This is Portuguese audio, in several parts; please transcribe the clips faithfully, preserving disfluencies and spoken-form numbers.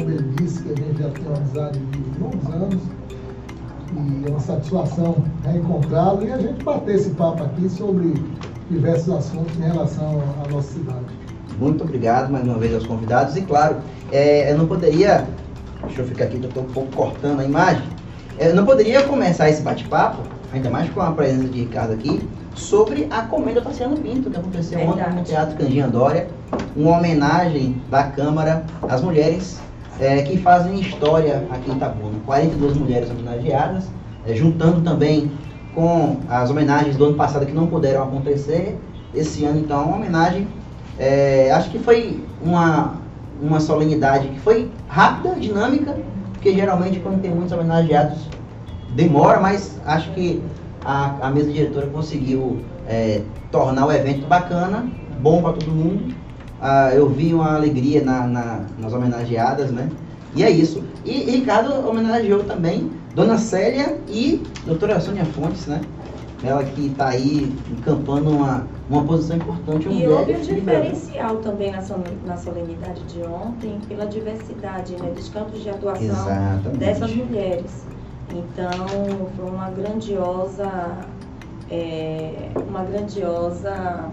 como ele disse, que a gente já tem uma amizade de longos anos, e é uma satisfação reencontrá-lo e a gente bater esse papo aqui sobre diversos assuntos em relação à nossa cidade. Muito obrigado mais uma vez aos convidados. E claro, é, eu não poderia, deixa eu ficar aqui que eu estou um pouco cortando a imagem, eu não poderia começar esse bate-papo, ainda mais com a presença de Ricardo aqui, sobre a Comenda Tassiano Pinto, que aconteceu ontem no Teatro Canjinha Dória, uma homenagem da Câmara às mulheres é, que fazem história aqui em Itabuna. quarenta e duas mulheres homenageadas, é, juntando também com as homenagens do ano passado que não puderam acontecer. Esse ano, então, uma homenagem, é, acho que foi uma, uma solenidade que foi rápida, dinâmica, porque geralmente quando tem muitos homenageados demora, mas acho que a, a mesa diretora conseguiu é, tornar o evento bacana, bom para todo mundo. Ah, eu vi uma alegria na, na, nas homenageadas, né? E é isso. E, e Ricardo homenageou também Dona Célia e doutora Sônia Fontes, né? Ela que está aí encampando uma, uma posição importante. E houve um diferencial também na, na solenidade de ontem, pela diversidade, né, dos campos de atuação Exatamente. Dessas mulheres. Então, foi uma grandiosa, é, uma grandiosa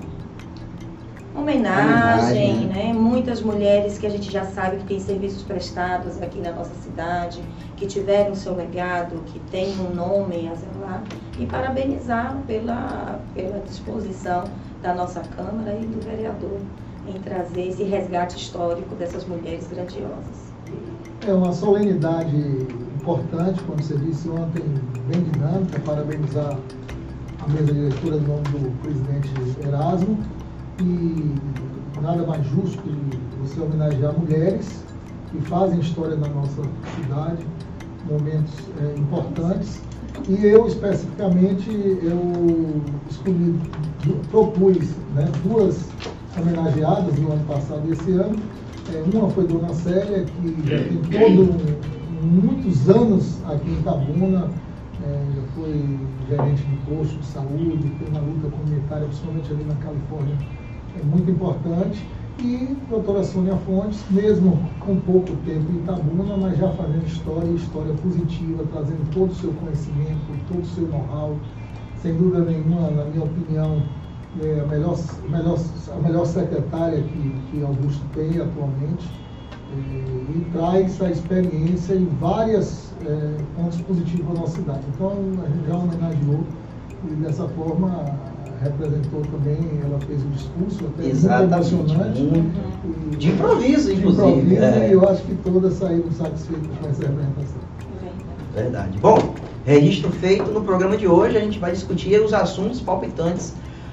homenagem, homenagem, né? Muitas mulheres que a gente já sabe que têm serviços prestados aqui na nossa cidade, que tiveram seu legado, que têm um nome a zelar, e parabenizar pela, pela disposição da nossa Câmara e do vereador em trazer esse resgate histórico dessas mulheres grandiosas. É uma solenidade importante, como você disse ontem, bem dinâmica, parabenizar a mesa diretora em nome do presidente Erasmo, e nada mais justo que você homenagear mulheres que fazem história na nossa cidade, momentos é, importantes. E eu, especificamente, eu escolhi, propus né, duas homenageadas no ano passado e esse ano. É, uma foi Dona Célia, que já tem todo, muitos anos aqui em Itabuna, é, já foi gerente de posto de saúde, tem uma luta comunitária, principalmente ali na Califórnia, é muito importante. E a doutora Sônia Fontes, mesmo com pouco tempo em Itabuna, mas já fazendo história, história positiva, trazendo todo o seu conhecimento, todo o seu know-how, sem dúvida nenhuma, na minha opinião, é a melhor, melhor, a melhor secretária que, que Augusto tem atualmente, é, e traz a experiência em vários é, pontos positivos da nossa cidade. Então, a gente já homenageou e, dessa forma, representou também, ela fez um discurso até Exatamente, muito emocionante. Muito, de improviso, inclusive. De improviso, é. E eu acho que todas saíram satisfeitas com essa representação. Verdade. Bom, registro feito. No programa de hoje a gente vai discutir os assuntos palpitantes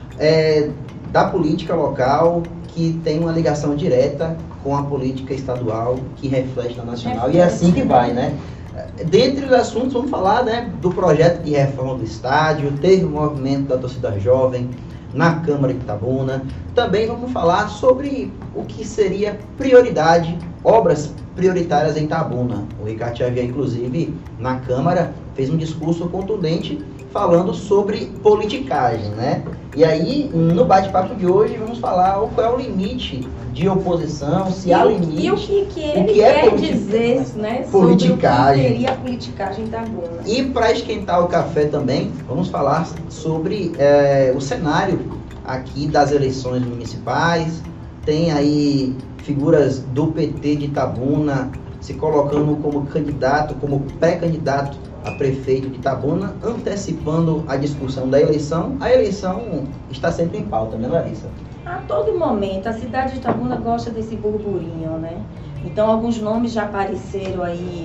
é, da política local, que tem uma ligação direta com a política estadual, que reflete na nacional, e é assim que vai, né? Dentre os assuntos, vamos falar né, do projeto de reforma do estádio, teve o movimento da torcida jovem na Câmara de Itabuna. Também vamos falar sobre o que seria prioridade, obras prioritárias em Itabuna. O Ricardo Xavier, inclusive, na Câmara, fez um discurso contundente falando sobre politicagem, né? E aí, no bate-papo de hoje, vamos falar qual é o limite de oposição, se e há o, limite. E o que, que ele o que quer é politi- dizer né, politicagem. sobre o que seria a politicagem em Itabuna. E para esquentar o café também, vamos falar sobre é, o cenário aqui das eleições municipais. Tem aí figuras do P T de Itabuna se colocando como candidato, como pré-candidato a prefeito de Itabuna, antecipando a discussão da eleição. A eleição está sempre em pauta, né, Larissa? A todo momento, a cidade de Itabuna gosta desse burburinho, né? Então, alguns nomes já apareceram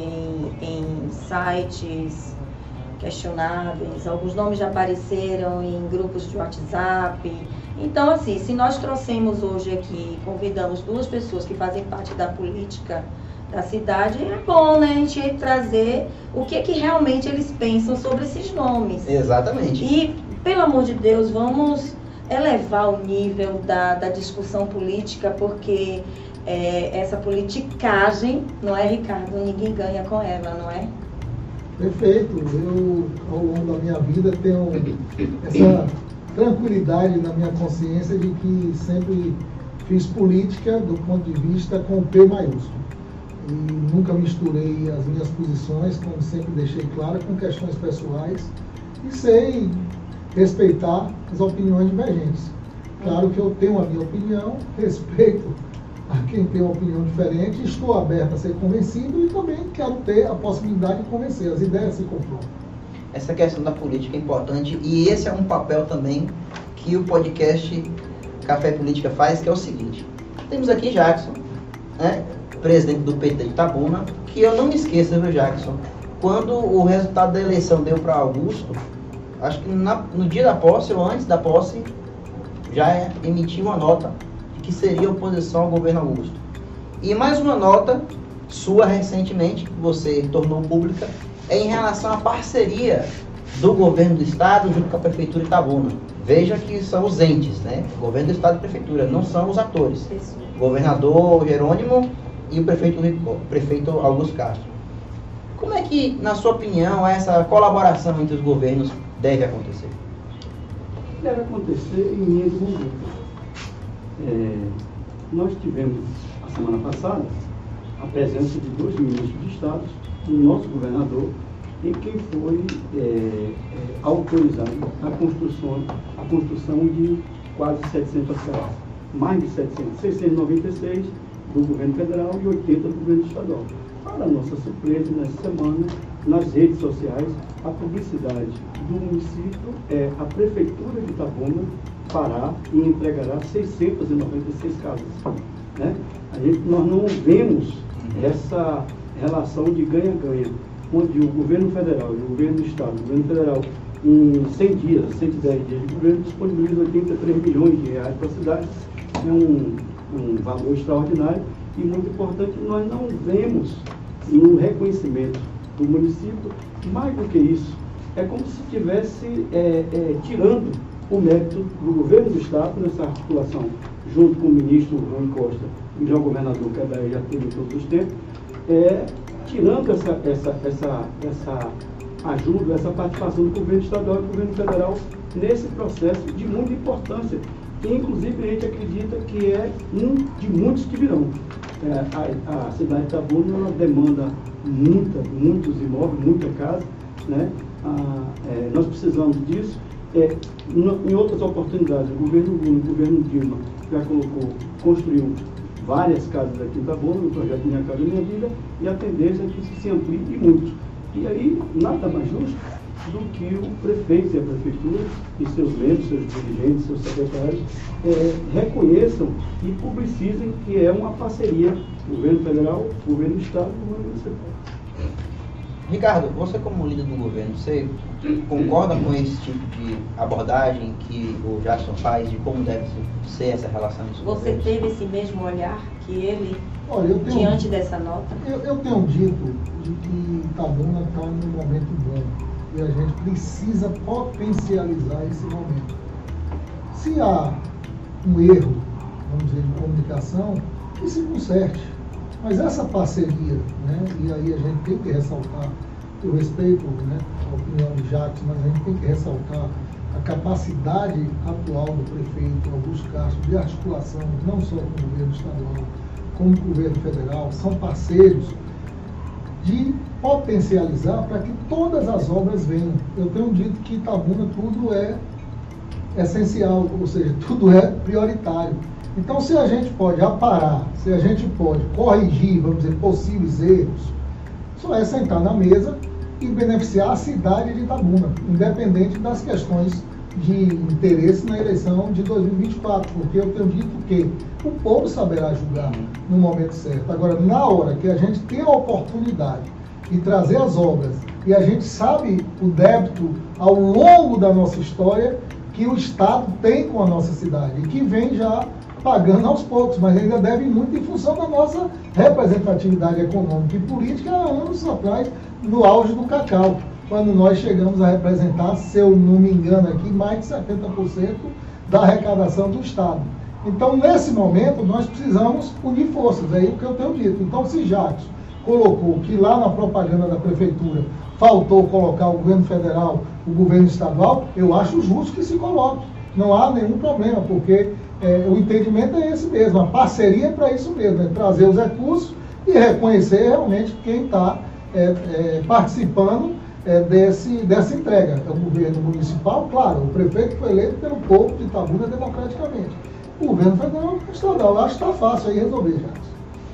aí em, em sites questionáveis, alguns nomes já apareceram em grupos de WhatsApp. Então, assim, se nós trouxemos hoje aqui, convidamos duas pessoas que fazem parte da política da cidade, é bom, né, a gente trazer o que que realmente eles pensam sobre esses nomes. Exatamente. E, pelo amor de Deus, vamos elevar o nível da, da discussão política, porque é, essa politicagem, não é, Ricardo? Ninguém ganha com ela, não é? Perfeito. Eu, ao longo da minha vida, tenho essa tranquilidade na minha consciência de que sempre fiz política do ponto de vista com o P maiúsculo. e nunca misturei as minhas posições, como sempre deixei claro, com questões pessoais, e sei respeitar as opiniões divergentes. Claro que eu tenho a minha opinião, respeito a quem tem uma opinião diferente, estou aberto a ser convencido e também quero ter a possibilidade de convencer, as ideias se confrontam. Essa questão da política é importante e esse é um papel também que o podcast Café Política faz, que é o seguinte: temos aqui Jackson, né, presidente do P T de Itabuna, que eu não me esqueço, viu, Jackson, quando o resultado da eleição deu para Augusto, acho que na, no dia da posse ou antes da posse, já emitiu uma nota de que seria oposição ao governo Augusto. E mais uma nota sua recentemente, que você tornou pública, é em relação à parceria do governo do estado junto com a prefeitura de Itabuna. Veja que são os entes, né? O governo do estado e a prefeitura, não são os atores. O governador Jerônimo e o prefeito, o prefeito Augusto Castro. Como é que, na sua opinião, essa colaboração entre os governos deve acontecer? Deve acontecer em linhas conjuntas. É, nós tivemos, a semana passada, a presença de dois ministros de Estado, o nosso governador, em quem foi é, é, autorizado a construção, a construção de quase setecentas casas, mais de setecentas, seiscentas e noventa e seis do governo federal e oitenta do governo estadual. Para nossa surpresa, nessa semana, nas redes sociais, a publicidade do município é a Prefeitura de Itabuna fará e entregará seiscentas e noventa e seis casas. Né? A gente, nós não vemos essa relação de ganha-ganha, onde o governo federal e o governo do estado, o governo federal, em cem dias, cento e dez dias de governo, disponibiliza oitenta e três milhões de reais para a cidade. É um, um valor extraordinário e muito importante. Nós não vemos no reconhecimento do município, mais do que isso, é como se estivesse é, é, tirando o mérito do governo do estado nessa articulação, junto com o ministro Rui Costa e o governador, que daí já teve todos os tempos, é, tirando essa, essa, essa, essa ajuda, essa participação do governo estadual e do governo federal nesse processo de muita importância. E, inclusive, a gente acredita que é um de muitos que virão. É, a, a cidade de Itabuna, ela demanda muita, muitos imóveis, muita casa, né? Ah, é, nós precisamos disso. É, no, em outras oportunidades, o governo Lula, o governo Dilma já colocou, construiu várias casas aqui em Itabuna, no projeto Minha Casa Minha Vida, e a tendência é que isso se amplie muito. E aí, nada mais justo do que o prefeito e a prefeitura e seus membros, seus dirigentes, seus secretários é, reconheçam e publicizem que é uma parceria governo federal, governo do estado e governo municipal. Ricardo, você como líder do governo, você concorda com esse tipo de abordagem que o Jackson faz de como deve ser essa relação entre os Você governos? teve esse mesmo olhar que ele, Olha, eu tenho, diante dessa nota? Eu, eu tenho dito de que Itabuna está num momento bom e a gente precisa potencializar esse momento. Se há um erro, vamos dizer, de comunicação, que se conserte. Mas essa parceria, né, e aí a gente tem que ressaltar, eu respeito, né, a opinião de Jackson, mas a gente tem que ressaltar a capacidade atual do prefeito Augusto Castro de articulação, não só com o governo estadual, como com o governo federal, são parceiros de potencializar para que todas as obras venham. Eu tenho dito que Itabuna tudo é essencial, ou seja, tudo é prioritário. Então, se a gente pode aparar, se a gente pode corrigir, vamos dizer, possíveis erros, só é sentar na mesa e beneficiar a cidade de Itabuna, independente das questões de interesse na eleição de dois mil e vinte e quatro, porque eu tenho dito que o povo saberá julgar no momento certo. Agora, na hora que a gente tem a oportunidade de trazer as obras e a gente sabe o débito ao longo da nossa história que o Estado tem com a nossa cidade e que vem já pagando aos poucos, mas ainda deve muito em função da nossa representatividade econômica e política há anos atrás, no auge do cacau, quando nós chegamos a representar, se eu não me engano aqui, mais de setenta por cento da arrecadação do Estado. Então, nesse momento, nós precisamos unir forças, é aí o que eu tenho dito. Então, se Jackson colocou que lá na propaganda da Prefeitura faltou colocar o governo federal, o governo estadual, eu acho justo que se coloque. Não há nenhum problema, porque é, o entendimento é esse mesmo, a parceria é para isso mesmo, é trazer os recursos e reconhecer realmente quem está é, é, participando é, desse, dessa entrega. É o governo municipal, claro, o prefeito foi eleito pelo povo de Itabuna democraticamente. O governo federal e estadual. Eu acho que está fácil aí resolver, já.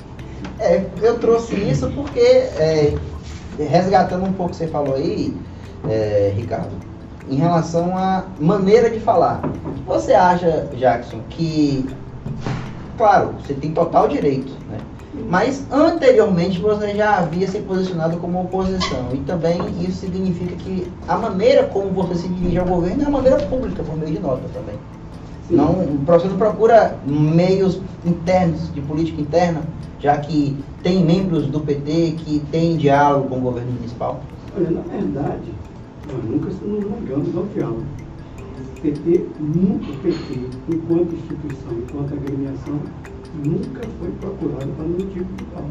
É, eu trouxe isso porque, é, resgatando um pouco o que você falou aí, é, Ricardo, em relação à maneira de falar. Você acha, Jackson, que, claro, você tem total direito, né? Mas anteriormente você já havia se posicionado como oposição, e também isso significa que a maneira como você se dirige ao governo é a maneira pública, por meio de nota também. Não, você não procura meios internos, de política interna, já que tem membros do P T que têm diálogo com o governo municipal? Olha, na verdade, nós nunca nos negamos ao diálogo. O P T, nunca, o P T, enquanto instituição, enquanto agremiação, nunca foi procurado para nenhum tipo de diálogo.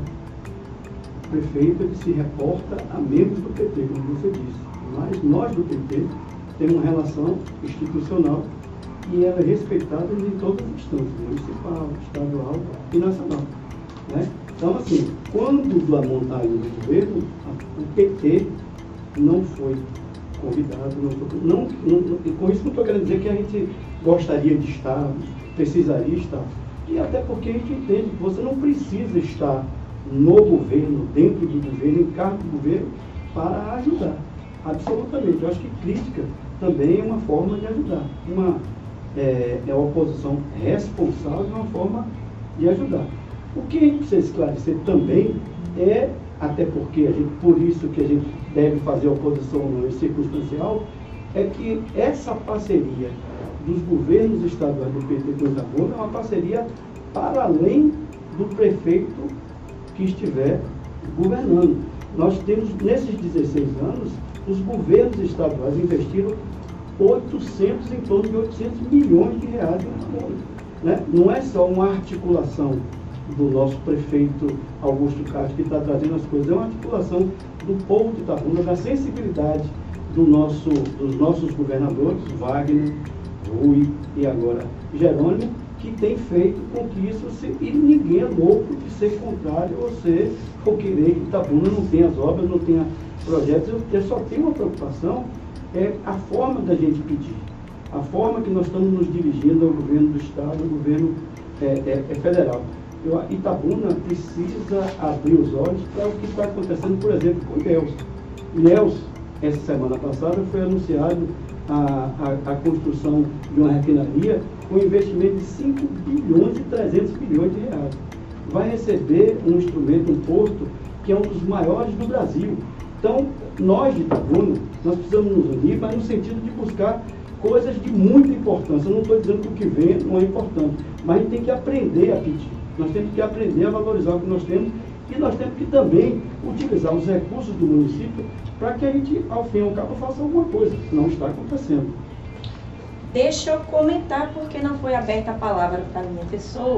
O prefeito ele se reporta a membros do P T, como você disse. Mas nós do P T temos uma relação institucional e ela é respeitada em todas as instâncias, municipal, estadual e nacional. Né? Então, assim, quando da montagem do governo, o P T não foi convidado, não, foi, não, não, com isso não estou querendo dizer que a gente gostaria de estar, precisaria estar. E até porque a gente entende que você não precisa estar no governo, dentro do governo, em cargo do governo, para ajudar. Absolutamente. Eu acho que crítica também é uma forma de ajudar. Uma, é, é uma oposição responsável, é uma forma de ajudar. O que a gente precisa esclarecer também é, até porque a gente, por isso que a gente deve fazer oposição no circunstancial, é que essa parceria dos governos estaduais do P T com o Itabuna é uma parceria para além do prefeito que estiver governando. Nós temos, nesses dezesseis anos, os governos estaduais investiram oitocentos, em torno de oitocentos milhões de reais no Itabuna. Né? Não é só uma articulação do nosso prefeito Augusto Castro que está trazendo as coisas, é uma articulação do povo de Itabuna, da sensibilidade do nosso, dos nossos governadores, Wagner, Rui e agora Jerônimo, que tem feito com que isso se... E ninguém é louco de ser contrário ou ser ou querer que Itabuna não tenha as obras, não tenha projetos. Eu, eu só tenho uma preocupação, é a forma da gente pedir, a forma que nós estamos nos dirigindo ao governo do Estado, ao governo é, é, é federal. Eu, Itabuna precisa abrir os olhos para o que está acontecendo, por exemplo, com Ilhéus. Ilhéus, essa semana passada, foi anunciado a, a, a construção de uma refinaria com investimento de cinco bilhões e trezentos milhões de reais. Vai receber um instrumento, um porto, que é um dos maiores do Brasil. Então, nós de Itabuna, nós precisamos nos unir, mas no sentido de buscar coisas de muita importância. Eu não estou dizendo que o que vem não é importante, mas a gente tem que aprender a pedir. Nós temos que aprender a valorizar o que nós temos e nós temos que também utilizar os recursos do município para que a gente, ao fim e ao cabo, faça alguma coisa, que não está acontecendo. Deixa eu comentar porque não foi aberta a palavra para a minha pessoa.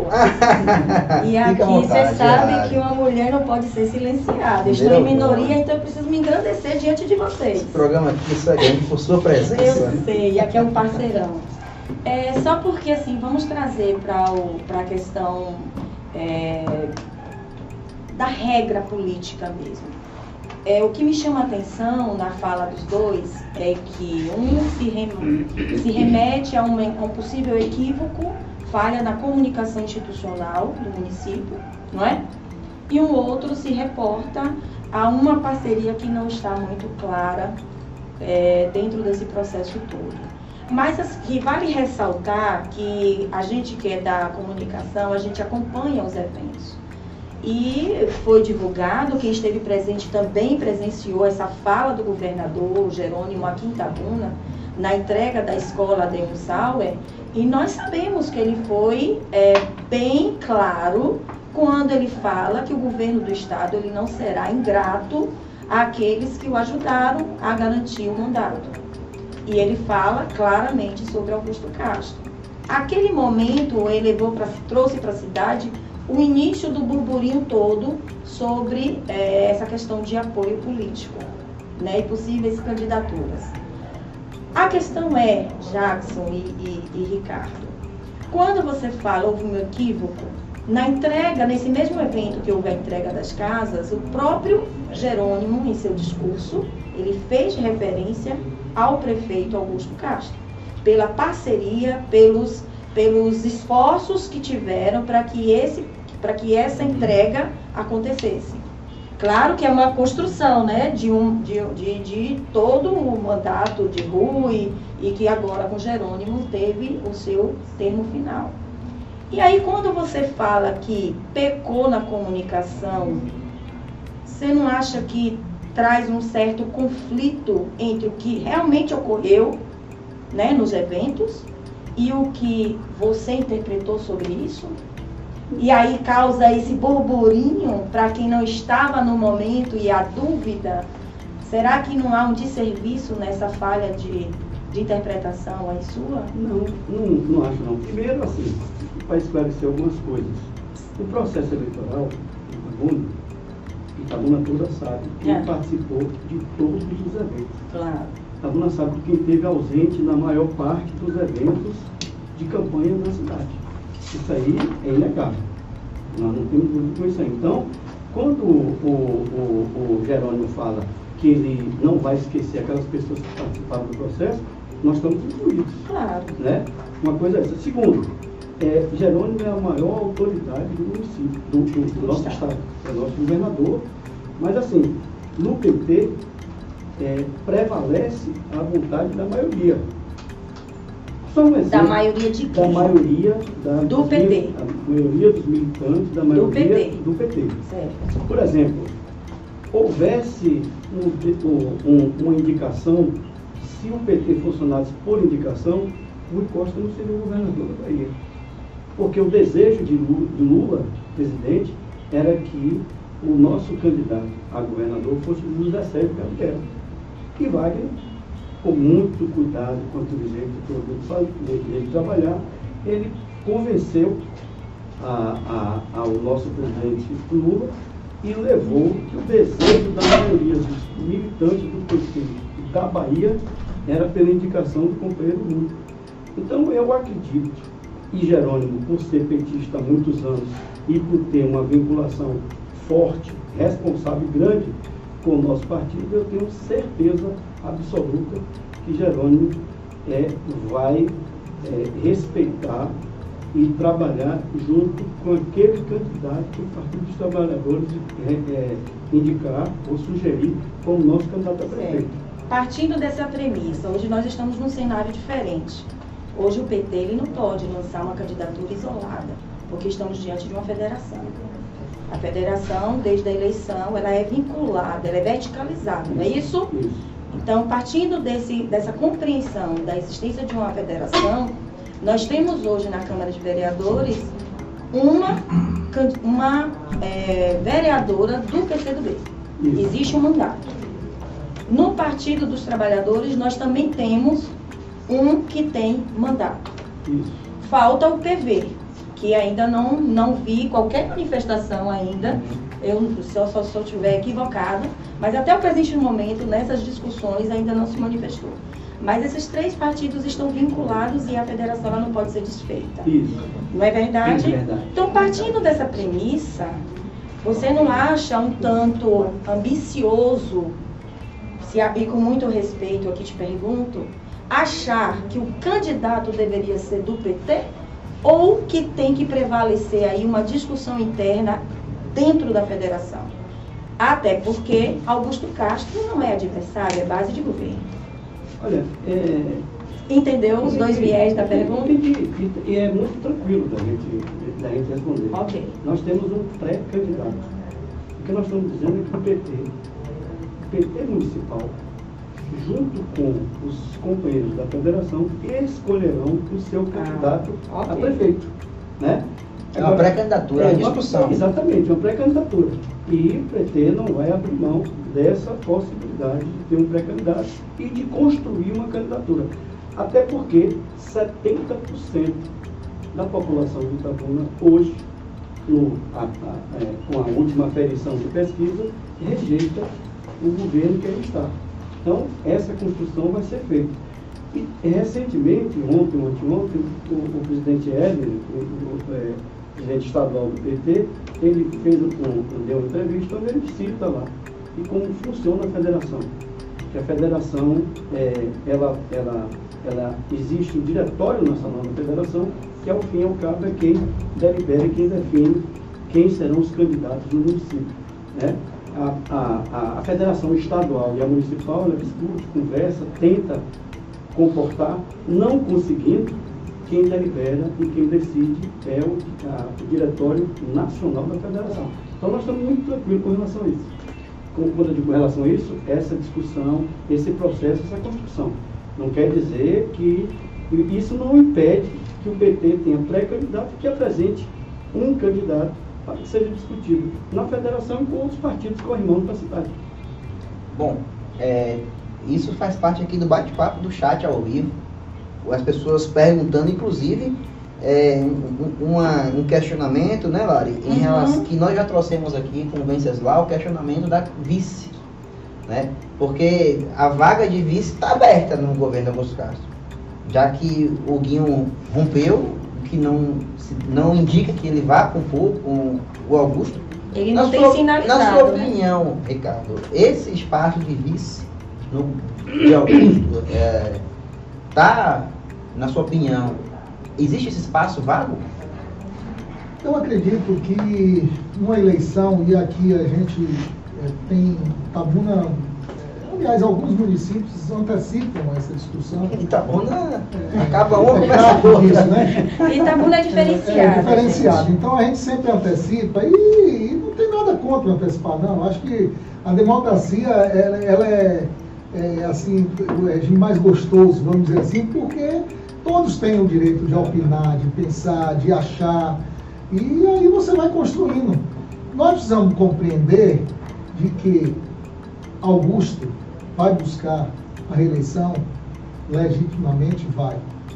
E aqui você sabe que uma mulher não pode ser silenciada. Eu estou em minoria, então eu preciso me engrandecer diante de vocês. Esse programa aqui é grande por sua presença. Eu sei, aqui é um parceirão. É, só porque, assim, vamos trazer para a questão é, da regra política mesmo. É, o que me chama a atenção na fala dos dois é que um se, rem, se remete a um, a um possível equívoco, falha na comunicação institucional do município, não é? E um outro se reporta a uma parceria que não está muito clara é, dentro desse processo todo. Mas que vale ressaltar que a gente que é da comunicação, a gente acompanha os eventos. E foi divulgado, quem esteve presente também presenciou essa fala do governador Jerônimo aqui em Itabuna, na entrega da escola Ademir Sauer, e nós sabemos que ele foi é, bem claro quando ele fala que o governo do Estado ele não será ingrato àqueles que o ajudaram a garantir o mandato. E ele fala claramente sobre Augusto Castro. Aquele momento ele levou pra, trouxe para a cidade o início do burburinho todo sobre é, essa questão de apoio político, né, e possíveis candidaturas. A questão é, Jackson e, e, e Ricardo, quando você fala houve um equívoco, Na entrega, nesse mesmo evento que houve a entrega das casas, o próprio Jerônimo, em seu discurso, ele fez referência ao prefeito Augusto Castro, pela parceria, pelos, pelos esforços que tiveram para que, esse, para que essa entrega acontecesse. Claro que é uma construção, né, de, um, de, de, de todo o mandato de Rui, e que agora com Jerônimo teve o seu termo final. E aí, quando você fala que pecou na comunicação, você não acha que traz um certo conflito entre o que realmente ocorreu, né, nos eventos e o que você interpretou sobre isso? E aí causa esse burburinho para quem não estava no momento e a dúvida. Será que não há um desserviço nessa falha de, de interpretação aí sua? Não, não, não acho não. Primeiro, assim, para esclarecer algumas coisas. O processo eleitoral em Itabuna, Itabuna toda sabe, quem é. participou de todos os eventos. Claro. Itabuna sabe quem esteve ausente na maior parte dos eventos de campanha da cidade. Isso aí é inegável. Nós não temos dúvida com isso aí. Então, quando o, o, o, o Jerônimo fala que ele não vai esquecer aquelas pessoas que participaram do processo, nós estamos incluídos. Claro. Né? Uma coisa é essa. Segundo, é, Jerônimo é a maior autoridade do município, do, do, do nosso estado. É nosso governador. Mas assim, no P T, é, prevalece a vontade da maioria. Só um exemplo, da maioria de quem? Da maioria da, do P T. A maioria dos militantes, da maioria do P T. Do P T. Certo. Por exemplo, houvesse um, um, uma indicação, se o P T funcionasse por indicação, Rui Costa não seria o governador da Bahia. Porque o desejo de Lula, de Lula, presidente, era que o nosso candidato a governador fosse o José Sérgio Gabriel. E Wagner, com muito cuidado, quanto o jeito todo dele trabalhar, ele convenceu a, a, ao nosso presidente Lula e levou que o desejo da maioria dos militantes do P T da Bahia era pela indicação do companheiro Lula. Então eu acredito, e Jerônimo, por ser petista há muitos anos e por ter uma vinculação forte, responsável e grande com o nosso partido, eu tenho certeza absoluta que Jerônimo é, vai é, respeitar e trabalhar junto com aquele candidato que o Partido dos Trabalhadores é, é, indicar ou sugerir como nosso candidato a prefeito. Partindo dessa premissa, hoje nós estamos num cenário diferente. Hoje o P T ele não pode lançar uma candidatura isolada, porque estamos diante de uma federação. A federação, desde a eleição, ela é vinculada, ela é verticalizada, não é isso? Isso. Então, partindo desse, dessa compreensão da existência de uma federação, nós temos hoje na Câmara de Vereadores uma, uma é, vereadora do P C do B. Isso. Existe um mandato. No Partido dos Trabalhadores, nós também temos um que tem mandato. Isso. Falta o P V, que ainda não, não vi qualquer manifestação ainda, eu, se eu só se eu estiver equivocada, mas até o presente momento, nessas discussões, ainda não se manifestou. Mas esses três partidos estão vinculados e a federação ela não pode ser desfeita. Isso. Não é verdade? É verdade. Então, partindo dessa premissa, você não acha um tanto ambicioso, se, e com muito respeito aqui te pergunto, achar que o candidato deveria ser do P T ou que tem que prevalecer aí uma discussão interna dentro da federação? Até porque Augusto Castro não é adversário, é base de governo. Olha, é... Entendeu os dois viés da pergunta? Entendi. E é muito tranquilo da gente, da gente responder. Ok. Nós temos um pré-candidato. O que nós estamos dizendo é que o P T, o P T municipal, junto com os companheiros da federação, escolherão o seu candidato ah, okay. a prefeito. Né? É uma pré-candidatura, é uma discussão. Exatamente, uma pré-candidatura. E o P T não vai abrir mão dessa possibilidade de ter um pré-candidato e de construir uma candidatura. Até porque setenta por cento da população de Itabuna hoje, no, a, a, é, com a última aferição de pesquisa, rejeita o governo que aí está. Então, essa construção vai ser feita. E recentemente, ontem, ontem, ontem, o, o presidente Éder é, presidente estadual do P T, ele fez um, um, deu uma entrevista onde ele cita lá e como funciona a federação. Que a federação, é, ela, ela, ela existe um diretório nacional da federação, que ao fim e ao cabo é quem delibera e quem define quem serão os candidatos no município. Né? A, a, a federação estadual e a municipal, ela discute, conversa, tenta comportar, não conseguindo, quem delibera e quem decide é o, a, o diretório nacional da federação. Então nós estamos muito tranquilos com relação a isso. Com, quando eu digo com relação a isso, essa discussão, esse processo, essa construção. Não quer dizer que isso não impede que o P T tenha pré-candidato e que apresente um candidato para que seja discutido na federação e com outros partidos corrimãos para a cidade. Bom, é, isso faz parte aqui do bate-papo do chat ao vivo. As pessoas perguntando, inclusive, é, um, uma, um questionamento, né, Lari, em uhum. relação que nós já trouxemos aqui com o Venceslau, o questionamento da vice, né? Porque a vaga de vice está aberta no governo Augusto Castro, já que o Guinho rompeu, que não, não indica que ele vá compor com o Augusto. Ele não na tem sua, sinalizado, Na sua né? opinião, Ricardo, esse espaço de vice no, de Augusto está, é, na sua opinião, existe esse espaço vago? Eu acredito que numa eleição, e aqui a gente é, tem Itabuna, é, aliás, alguns municípios antecipam essa discussão. Itabuna é, acaba uma, é, começa a outra. isso, né? Itabuna é diferenciado. É, é diferenciado. Gente. Então a gente sempre antecipa e, e não tem nada contra antecipar, não. Acho que a democracia, ela, ela é, é assim, o regime mais gostoso, vamos dizer assim, porque todos têm o direito de opinar, de pensar, de achar, e aí você vai construindo. Nós precisamos compreender de que Augusto vai buscar a reeleição, legitimamente vai.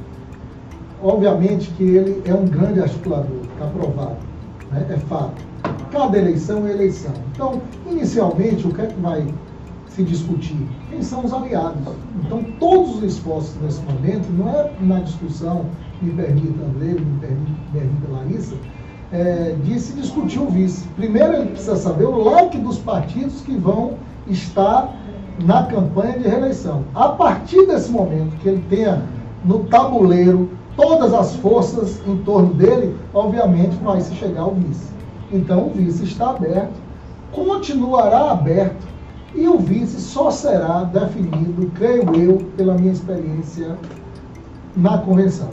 Obviamente que ele é um grande articulador, está provado, né? É fato. Cada eleição é eleição. Então, inicialmente, o que é que vai se discutir? Quem são os aliados? Então, todos os esforços nesse momento, não é na discussão, me permita André, me permita, me permita Larissa, é, de se discutir o vice. Primeiro, ele precisa saber o leque dos partidos que vão estar na campanha de reeleição. A partir desse momento que ele tenha no tabuleiro todas as forças em torno dele, obviamente vai se chegar ao vice. Então, o vice está aberto, continuará aberto, e o vice só será definido, creio eu, pela minha experiência na convenção.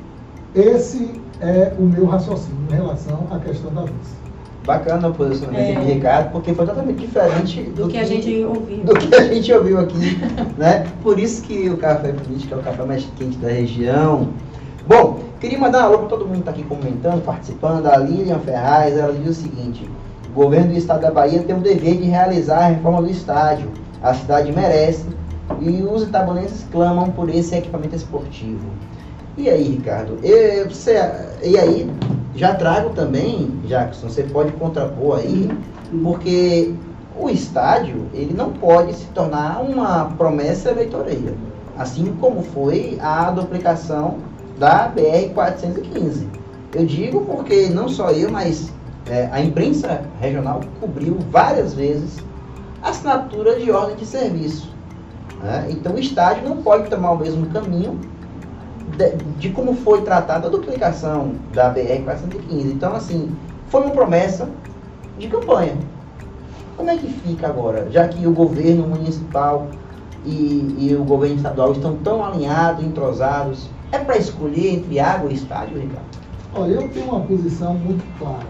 Esse é o meu raciocínio em relação à questão da vice. Bacana o posicionamento É. de Ricardo, porque foi totalmente diferente Do, do que, que a gente ouviu. do que a gente ouviu aqui, né? Por isso que o Café Político é o café mais quente da região. Bom, queria mandar um alô para todo mundo que está aqui comentando, participando. A Lilian Ferraz, ela diz o seguinte: o governo do estado da Bahia tem o dever de realizar a reforma do estádio. A cidade merece e os itabunenses clamam por esse equipamento esportivo. E aí, Ricardo? E, você, e aí, já trago também, Jackson, você pode contrapor aí, porque o estádio, ele não pode se tornar uma promessa eleitoreira, assim como foi a duplicação da B R quatrocentos e quinze. Eu digo porque não só eu, mas é, a imprensa regional cobriu várias vezes a assinatura de ordem de serviço, né? Então o estádio não pode tomar o mesmo caminho de, de como foi tratada a duplicação da B R quatrocentos e quinze. Então, assim, foi uma promessa de campanha. Como é que fica agora, já que o governo municipal e, e o governo estadual estão tão alinhados, entrosados? É para escolher entre água e estádio, Ricardo? Olha, eu tenho uma posição muito clara.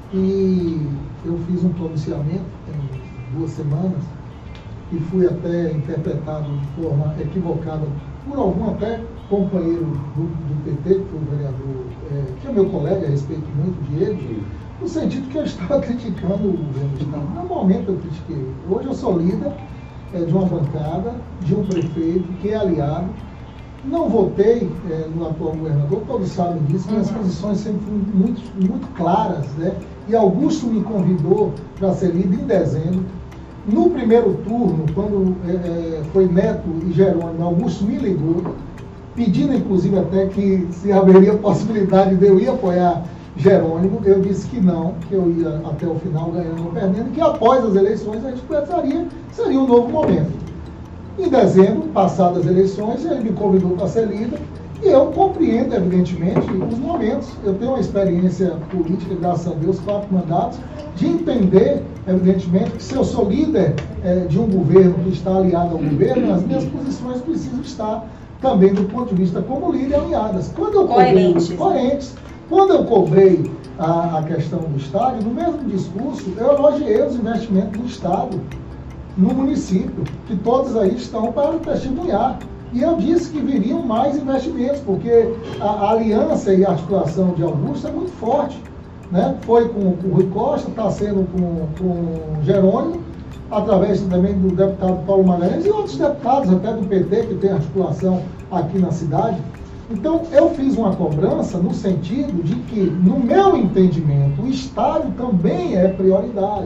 E eu fiz um pronunciamento tem duas semanas e fui até interpretado de forma equivocada por algum até companheiro do, do P T, que foi o vereador, é, que é meu colega, respeito muito de ele, no sentido que eu estava criticando o governo do estado. No momento eu critiquei. Hoje eu sou líder é, de uma bancada, de um prefeito que é aliado. Não votei é, no atual governador, todos sabem disso, minhas uhum. posições sempre foram muito, muito claras, né? E Augusto me convidou para ser líder em dezembro. No primeiro turno, quando é, foi Neto e Jerônimo, Augusto me ligou, pedindo inclusive até que se haveria possibilidade de eu ir apoiar Jerônimo, eu disse que não, que eu ia até o final ganhando ou perdendo, e que após as eleições a gente pensaria que seria um novo momento. Em dezembro, passadas as eleições, ele me convidou para ser líder, e eu compreendo, evidentemente, os momentos. Eu tenho uma experiência política, graças a Deus, quatro mandatos, de entender, evidentemente, que se eu sou líder é, de um governo que está aliado ao governo, as minhas posições precisam estar também, do ponto de vista como líder, alinhadas. Quando eu coerentes. Cobrei, coerentes. Quando eu cobrei a, a questão do Estado, no mesmo discurso, eu elogiei os investimentos do Estado no município, que todos aí estão para testemunhar. E eu disse que viriam mais investimentos, porque a, a aliança e a articulação de Augusto é muito forte. Né? Foi com, com o Rui Costa, está sendo com, com o Jerônimo, através também do deputado Paulo Magalhães e outros deputados, até do P T, que tem articulação aqui na cidade. Então, eu fiz uma cobrança no sentido de que, no meu entendimento, o estádio também é prioridade.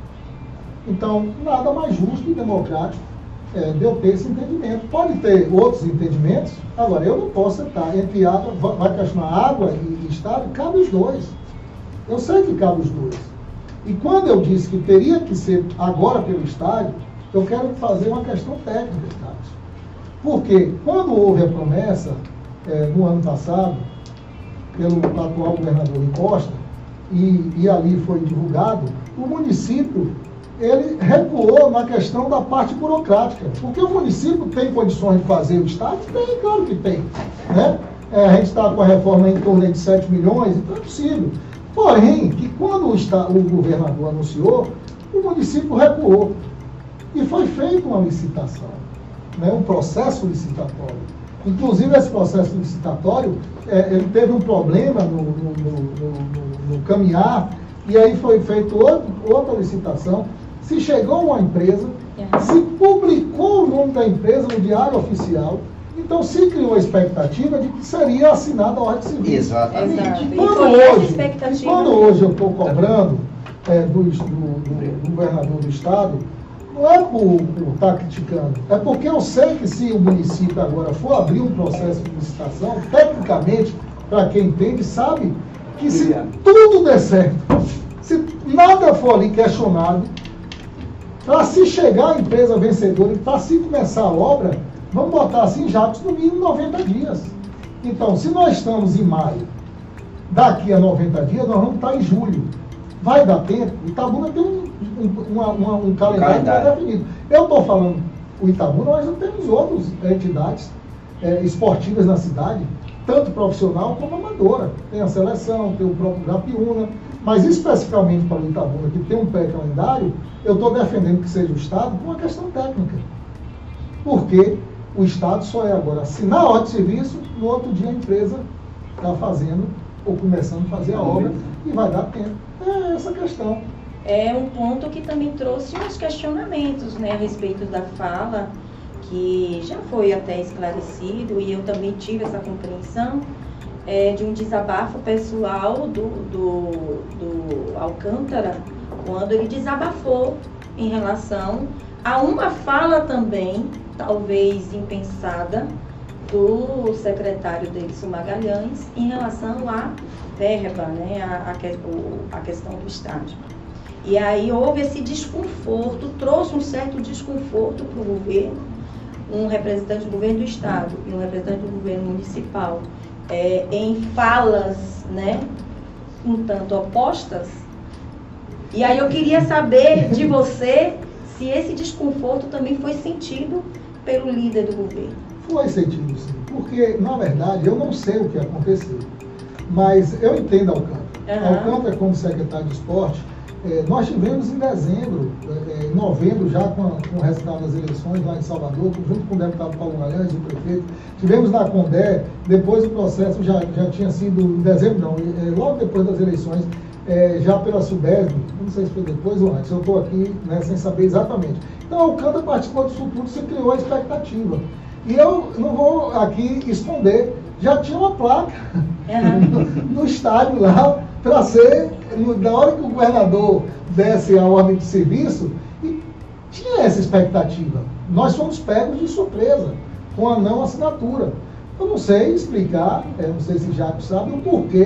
Então, nada mais justo e democrático é, de eu ter esse entendimento. Pode ter outros entendimentos, agora eu não posso estar entre água, vai questionar água e estádio, cabe os dois. Eu sei que cabe os dois. E quando eu disse que teria que ser agora pelo estádio, eu quero fazer uma questão técnica, Carlos. Porque quando houve a promessa, é, no ano passado, pelo atual governador Rui Costa, e, e ali foi divulgado, o município ele recuou na questão da parte burocrática. Porque o município tem condições de fazer o estádio? Tem, claro que tem. Né? É, a gente está com a reforma em torno de sete milhões, então é possível. Porém, que quando o, estado, o governador anunciou, o município recuou. E foi feita uma licitação, né, um processo licitatório. Inclusive, esse processo licitatório, é, ele teve um problema no, no, no, no, no caminhar, e aí foi feita outra licitação. Se chegou uma empresa, se publicou o nome da empresa no Diário Oficial, então se criou a expectativa de que seria assinada a ordem de serviço. Exatamente. Exato. E quando, E hoje, expectativa... quando hoje eu estou cobrando é, do, do, do, do governador do estado, não é por estar tá criticando, é porque eu sei que se o município agora for abrir um processo de licitação, tecnicamente, para quem entende, sabe que se tudo der certo, se nada for ali questionado, para se chegar à empresa vencedora e para se começar a obra, vamos botar assim, já no mínimo noventa dias. Então, se nós estamos em maio, daqui a noventa dias, nós vamos estar em julho. Vai dar tempo? Itabuna tem um, um, uma, uma, um calendário, calendário. definido. Eu estou falando o Itabuna, nós não temos outras entidades é, esportivas na cidade, tanto profissional como amadora. Tem a seleção, tem o próprio Grapiúna, mas especificamente para o Itabuna, que tem um pré-calendário, eu estou defendendo que seja o Estado por uma questão técnica. Porque o Estado só é agora assinar a ordem de serviço, no outro dia a empresa está fazendo ou começando a fazer a obra e vai dar tempo. É essa questão. É um ponto que também trouxe uns questionamentos, né, a respeito da fala, que já foi até esclarecido, e eu também tive essa compreensão, é, de um desabafo pessoal do, do, do Alcântara, quando ele desabafou em relação a uma fala também, talvez impensada, do secretário Deilson Magalhães em relação à verba, né, a, a, a questão do estádio. E aí houve esse desconforto, trouxe um certo desconforto para o governo, um representante do governo do estado e um representante do governo municipal, é, em falas, né, um tanto opostas. E aí eu queria saber de você se esse desconforto também foi sentido pelo líder do governo. Foi sentido, sim. Porque, na verdade, eu não sei o que aconteceu. Mas eu entendo Alcântara. Uhum. Alcântara, como secretário de esporte, eh, nós tivemos em dezembro, eh, em novembro, já com, a, com o resultado das eleições lá em Salvador, junto com o deputado Paulo Magalhães, o prefeito, tivemos na Condé, depois o processo já, já tinha sido, em dezembro não, eh, logo depois das eleições, eh, já pela Subesb, não sei se foi depois ou antes, eu estou aqui, né, sem saber exatamente. Então, Alcântara participou disso tudo, se criou a expectativa. E eu não vou aqui esconder, já tinha uma placa uhum. no, no estádio lá, para ser, na hora que o governador desse a ordem de serviço, e tinha essa expectativa. Nós fomos pegos de surpresa, com a não assinatura. Eu não sei explicar, eu não sei se Jaco sabe, o porquê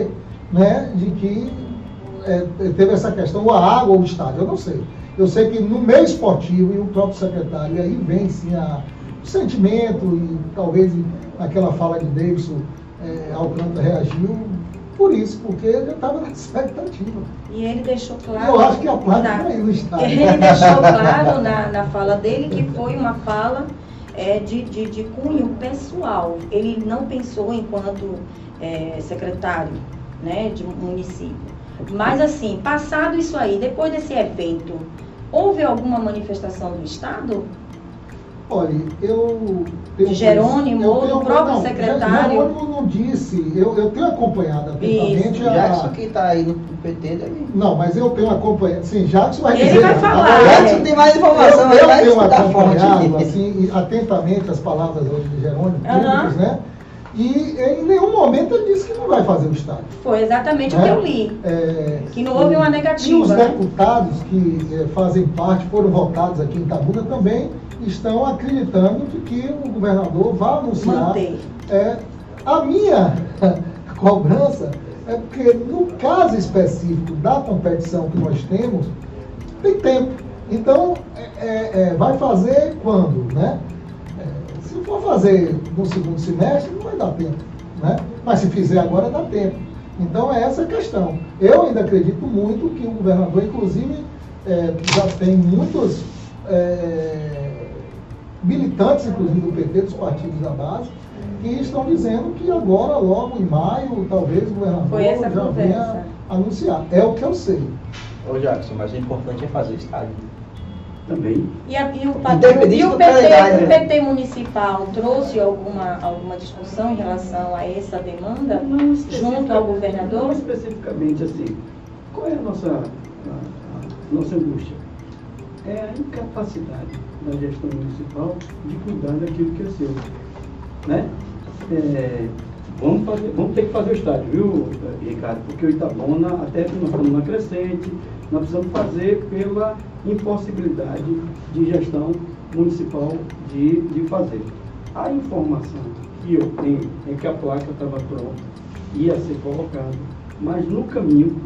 né, de que é, teve essa questão, a água ou o estádio, eu não sei. Eu sei que no meio esportivo, e o próprio secretário, aí vem sim a, o sentimento, e talvez naquela fala de Davidson, é, Alcântara reagiu por isso, porque ele estava na expectativa. E ele deixou claro... Eu acho que a placa na, caiu no estádio. Ele deixou claro na, na fala dele que foi uma fala é, de, de, de cunho pessoal. Ele não pensou enquanto é, secretário, né, de um município. Mas assim, passado isso aí, depois desse evento, houve alguma manifestação do Estado? Olha, eu... tenho, de Jerônimo, eu ou tenho, do próprio não, secretário? Jerônimo não disse, eu, eu tenho acompanhado atentamente Isso. a... Jackson que está aí no P T deve... Não, mas eu tenho acompanhado, sim, Jackson vai Ele dizer... vai falar, Agora, é. Jackson tem mais informação, eu, ele eu vai tenho escutar a fonte. acompanhado, assim, atentamente as palavras hoje de Jerônimo, Aham. públicas, né? E em nenhum momento ele disse que não vai fazer o estádio. Foi exatamente né? o que eu li. É, Que não houve uma negativa. E os né? deputados que eh, fazem parte, foram votados aqui em Itabuna também, estão acreditando de que o governador vai anunciar. Manter. É, a minha cobrança é porque no caso específico da competição que nós temos, tem tempo. Então, é, é, é, vai fazer quando, né? É, se for fazer no segundo semestre, não vai dar tempo, né? Mas se fizer agora, dá tempo. Então, é essa a questão. Eu ainda acredito muito que o governador, inclusive, é, já tem muitos é, militantes, inclusive do P T, dos partidos da base, que estão dizendo que agora, logo em maio, talvez o governador Foi essa já conversa. venha anunciar. É o que eu sei. Ô Jackson, mas o importante é fazer o estádio. Também. E, a, e o, Independente e o do P T, calendário, o né? P T municipal trouxe alguma, alguma discussão em relação a essa demanda Não junto ao governador? Não especificamente assim. Qual é a nossa, a, a nossa angústia? É a incapacidade da gestão municipal de cuidar daquilo que é seu. Né? É, vamos, fazer, vamos ter que fazer o estádio, viu, Ricardo? Porque o Itabuna, até que nós estamos na crescente, nós precisamos fazer pela impossibilidade de gestão municipal de, de fazer. A informação que eu tenho é que a placa estava pronta, ia ser colocada, mas no caminho,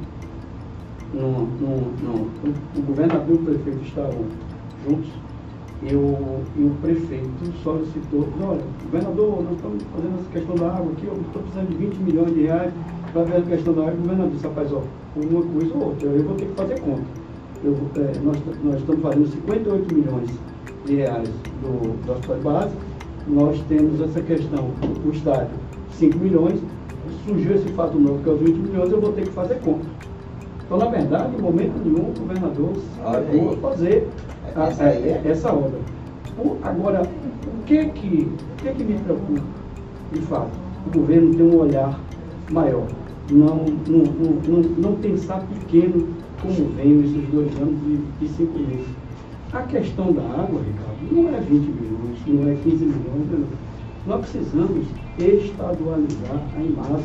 no, no, no, o governador e o prefeito estavam juntos, e o, e o prefeito solicitou, olha, governador, nós estamos fazendo essa questão da água aqui, eu estou precisando de vinte milhões de reais para ver a questão da água. O governador disse, rapaz, ó, uma coisa ou outra, eu vou ter que fazer conta. Eu, é, nós, nós estamos fazendo cinquenta e oito milhões de reais do, do hospital de base, nós temos essa questão, o estádio, cinco milhões, surgiu esse fato novo que é os vinte milhões, eu vou ter que fazer conta. Então, na verdade, em momento nenhum, o governador se levou a fazer a, essa, aí é... essa obra. O, agora, o que que, o que que me preocupa, de fato? O governo tem um olhar maior, não, não, não, não, não pensar pequeno como vem esses dois anos e, e cinco meses. A questão da água, Ricardo, não é vinte milhões, não é quinze milhões, não. Nós precisamos estadualizar a Imasa.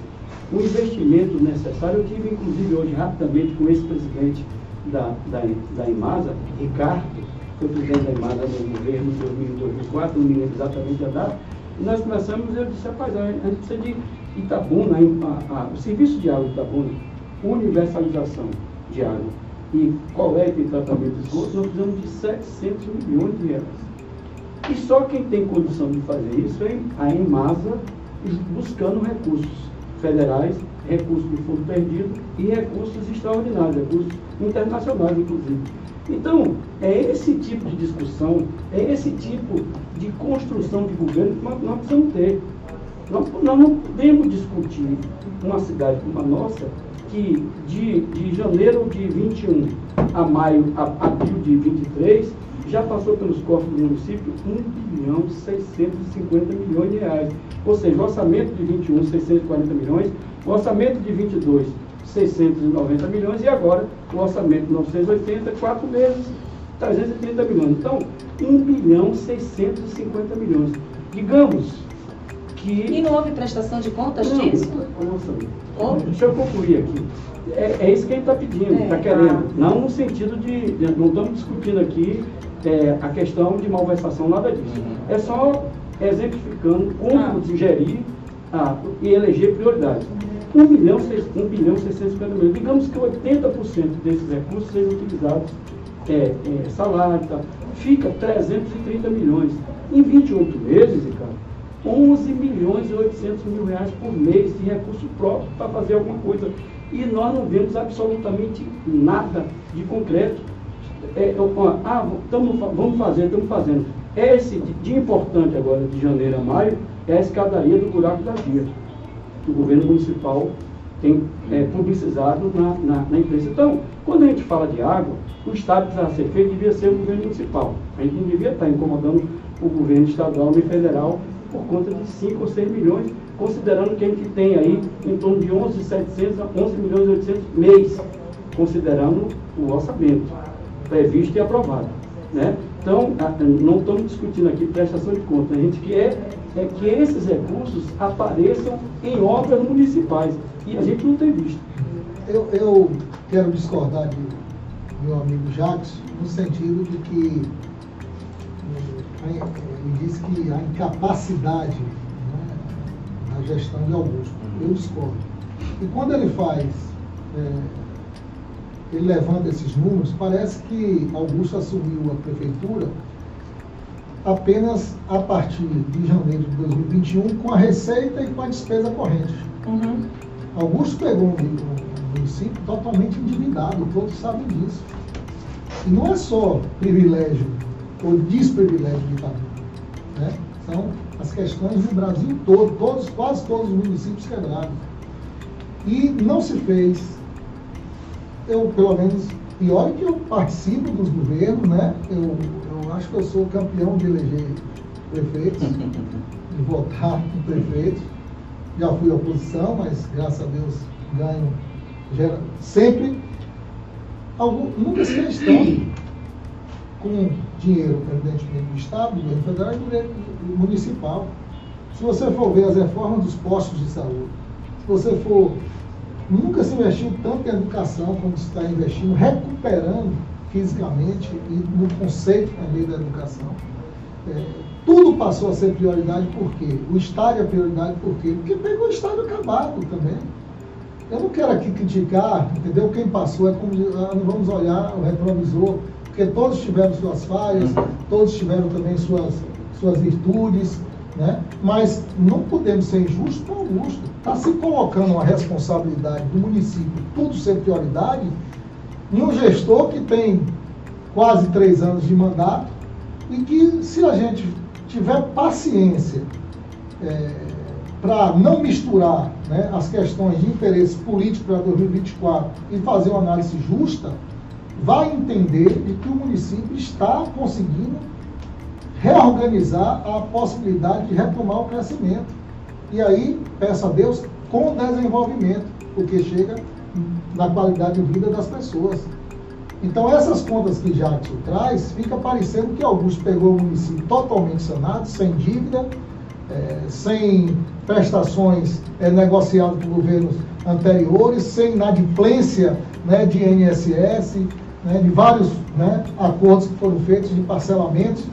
O investimento necessário, eu tive inclusive hoje rapidamente com esse presidente da, da, da Imasa, Ricardo, foi presidente da Imasa no governo de dois mil e dois mil e quatro, não me lembro exatamente a data, e nós começamos, eu disse, rapaz, a gente precisa de Itabuna, a, a, o serviço de água de Itabuna, universalização de água e coleta e tratamento de esgoto, nós precisamos de setecentos milhões de reais. E só quem tem condição de fazer isso é a Imasa, buscando recursos federais, recursos do fundo perdido e recursos extraordinários, recursos internacionais, inclusive. Então, é esse tipo de discussão, é esse tipo de construção de governo que nós, nós precisamos ter. Nós, nós não podemos discutir uma cidade como a nossa, que de, de janeiro de vinte e um a maio, a abril de vinte e três, já passou pelos cofres do município um bilhão seiscentos e cinquenta milhões de reais. Ou seja, o orçamento de vinte e um, seiscentos e quarenta milhões, o orçamento de vinte e dois, seiscentos e noventa milhões, e agora o orçamento de novecentos e oitenta, quatro meses, trezentos e trinta milhões. Então, um bilhão seiscentos e cinquenta milhões. Digamos que... E não houve prestação de contas não, disso? Nossa, Houve? deixa eu concluir aqui. É, é isso que ele está pedindo, está É, querendo. ah. Não no sentido de, de... Não estamos discutindo aqui é, a questão de malversação, nada disso. É só exemplificando como Ah. gerir ah, e eleger prioridades. um bilhão e seiscentos e cinquenta milhões. Digamos que oitenta por cento desses recursos sejam utilizados, é, é, salário e tal. Fica trezentos e trinta milhões. Em vinte e oito meses, Ricardo, onze milhões e oitocentos mil reais por mês de recurso próprio para fazer alguma coisa. E nós não vemos absolutamente nada de concreto. É, ó, ah, tamo, vamos fazer, estamos fazendo. Esse de, de importante agora, de janeiro a maio, é a escadaria do buraco da Gia, que o governo municipal tem é, publicizado na, na, na imprensa. Então, quando a gente fala de água, o Estado que precisava ser feito devia ser o governo municipal. A gente não devia estar incomodando o governo estadual e federal por conta de cinco ou seis milhões, considerando que a gente tem aí em torno de onze milhões e setecentos a onze milhões e oitocentos mês, considerando o orçamento previsto e aprovado, né? Então, não estamos discutindo aqui prestação de contas, a gente quer é que esses recursos apareçam em obras municipais, e a gente não tem visto. Eu, eu quero discordar de meu amigo Jacques, no sentido de que ele disse que a incapacidade, né, na gestão de Augusto. Eu discordo. E quando ele faz, é, ele levanta esses números, parece que Augusto assumiu a prefeitura apenas a partir de janeiro de dois mil e vinte e um, com a receita e com a despesa corrente. Uhum. Augusto pegou um, um município totalmente endividado, todos sabem disso. E não é só privilégio ou desprivilégio de Itabuna, né? São as questões do Brasil todo, todos, quase todos os municípios quebrados. E não se fez, eu pelo menos, pior é que eu participo dos governos, né? Eu, eu acho que eu sou campeão de eleger prefeitos, de votar em prefeitos. Já fui oposição, mas graças a Deus ganho gera, sempre. Algum, nunca se fez tanto com dinheiro, evidentemente, do Estado, do governo federal e do governo municipal. Se você for ver as reformas dos postos de saúde, se você for... Nunca se investiu tanto em educação como se está investindo, recuperando fisicamente e no conceito também da educação. É, tudo passou a ser prioridade, por quê? O estádio é prioridade, por quê? Porque pegou o estádio acabado também. Eu não quero aqui criticar, entendeu? Quem passou, é como ah, não vamos olhar o retrovisor, porque todos tiveram suas falhas, todos tiveram também suas, suas virtudes, né? Mas não podemos ser injustos com o Augusto. Está se colocando uma responsabilidade do município, tudo ser prioridade, em um gestor que tem quase três anos de mandato e que, se a gente tiver paciência é, para não misturar, né, as questões de interesse político para dois mil e vinte e quatro e fazer uma análise justa, vai entender de que o município está conseguindo reorganizar a possibilidade de retomar o crescimento. E aí, peço a Deus, com desenvolvimento, porque chega na qualidade de vida das pessoas. Então, essas contas que Jackson traz, fica parecendo que Augusto pegou o município totalmente sanado, sem dívida, é, sem prestações é, negociadas por governos anteriores, sem inadimplência, né, de I N S S, né, de vários, né, acordos que foram feitos de parcelamentos.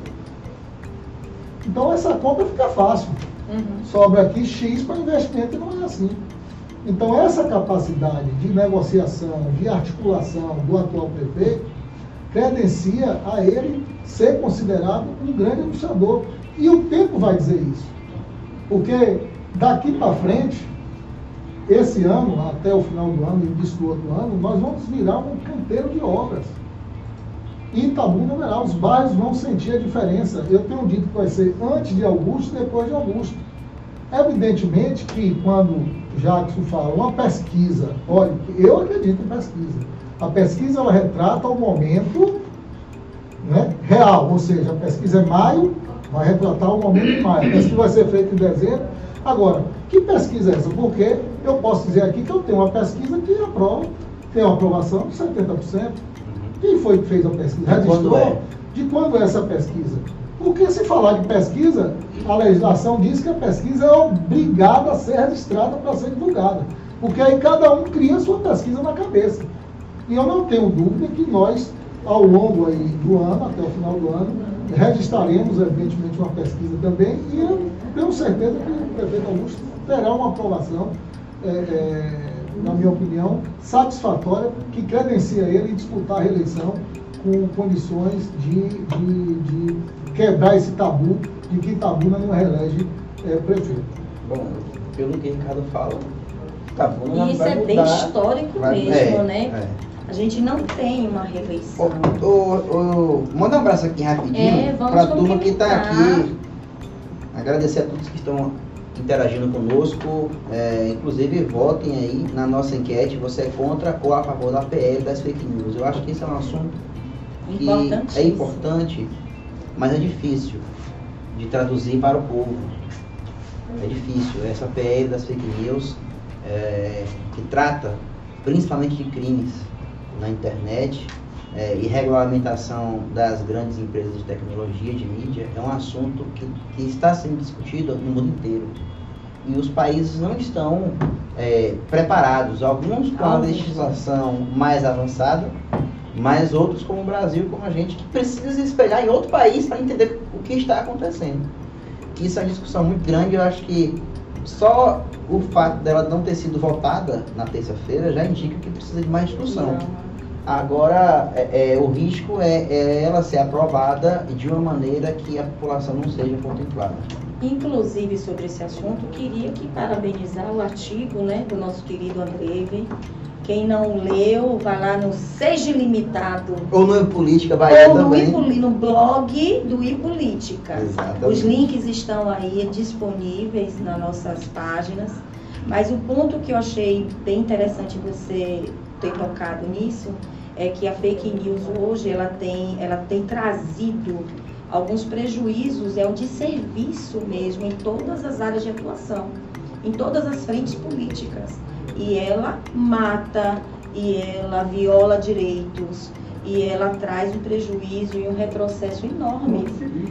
Então, essa conta fica fácil. Uhum. Sobra aqui X para investimento e não é assim. Então, essa capacidade de negociação, de articulação do atual prefeito, credencia a ele ser considerado um grande administrador. E o tempo vai dizer isso. Porque daqui para frente, esse ano, até o final do ano e o início do outro ano, nós vamos virar um canteiro de obras. E Itabuna verá, os bairros vão sentir a diferença. Eu tenho dito que vai ser antes de Augusto e depois de Augusto. Evidentemente que quando Jackson fala uma pesquisa, olha, eu acredito em pesquisa. A pesquisa ela retrata o momento, né, real, ou seja, a pesquisa é maio, vai retratar o momento de maio. A pesquisa vai ser feita em dezembro. Agora, que pesquisa é essa? Porque eu posso dizer aqui que eu tenho uma pesquisa que aprova, tem uma aprovação de setenta por cento. Quem foi que fez a pesquisa? De quando é? De quando é essa pesquisa? Porque se falar de pesquisa, a legislação diz que a pesquisa é obrigada a ser registrada para ser divulgada. Porque aí cada um cria a sua pesquisa na cabeça. E eu não tenho dúvida que nós, ao longo aí do ano, até o final do ano, registraremos, evidentemente, uma pesquisa também, e eu tenho certeza que o prefeito Augusto terá uma aprovação é, é, na minha opinião, satisfatória, que credencia ele em disputar a reeleição com condições de, de, de quebrar esse tabu de que Itabuna não reelege é, prefeito. Bom, pelo que o Ricardo fala, Itabuna não E isso vai é mudar, bem histórico vai- mesmo, é, né? é. A gente não tem uma reeleição. Ô, ô, ô, manda um abraço aqui rapidinho É, vamos para a turma que está cumprimentar. aqui. Agradecer a todos que estão interagindo conosco. É, inclusive, votem aí na nossa enquete. Você é contra ou a favor da P L das fake news? Eu acho que esse é um assunto que é Importantíssimo. importante, mas é difícil de traduzir para o povo. É difícil. Essa P L das fake news, é, que trata principalmente de crimes na internet, é, e regulamentação das grandes empresas de tecnologia, de mídia, é um assunto que, que está sendo discutido no mundo inteiro. E os países não estão é, preparados, alguns com a Alguns. legislação mais avançada, mas outros como o Brasil, como a gente, que precisa se espelhar em outro país para entender o que está acontecendo. Isso é uma discussão muito grande. Eu acho que só o fato dela não ter sido votada na terça-feira já indica que precisa de mais discussão. Não. Agora, é, é, o risco é, é ela ser aprovada de uma maneira que a população não seja contemplada. Inclusive, sobre esse assunto, queria aqui parabenizar o artigo, né, do nosso querido Andreve. Quem não leu, vai lá no Seja Ilimitado. Ou no Política Bahia Ou no, também. Ipoli- no blog do iPolítica. Exatamente. Os links estão aí disponíveis nas nossas páginas. Mas o ponto que eu achei bem interessante você ter tocado nisso é que a fake news hoje ela tem, ela tem trazido alguns prejuízos, é o de serviço mesmo, em todas as áreas de atuação, em todas as frentes políticas. E ela mata, e ela viola direitos, e ela traz um prejuízo e um retrocesso enorme.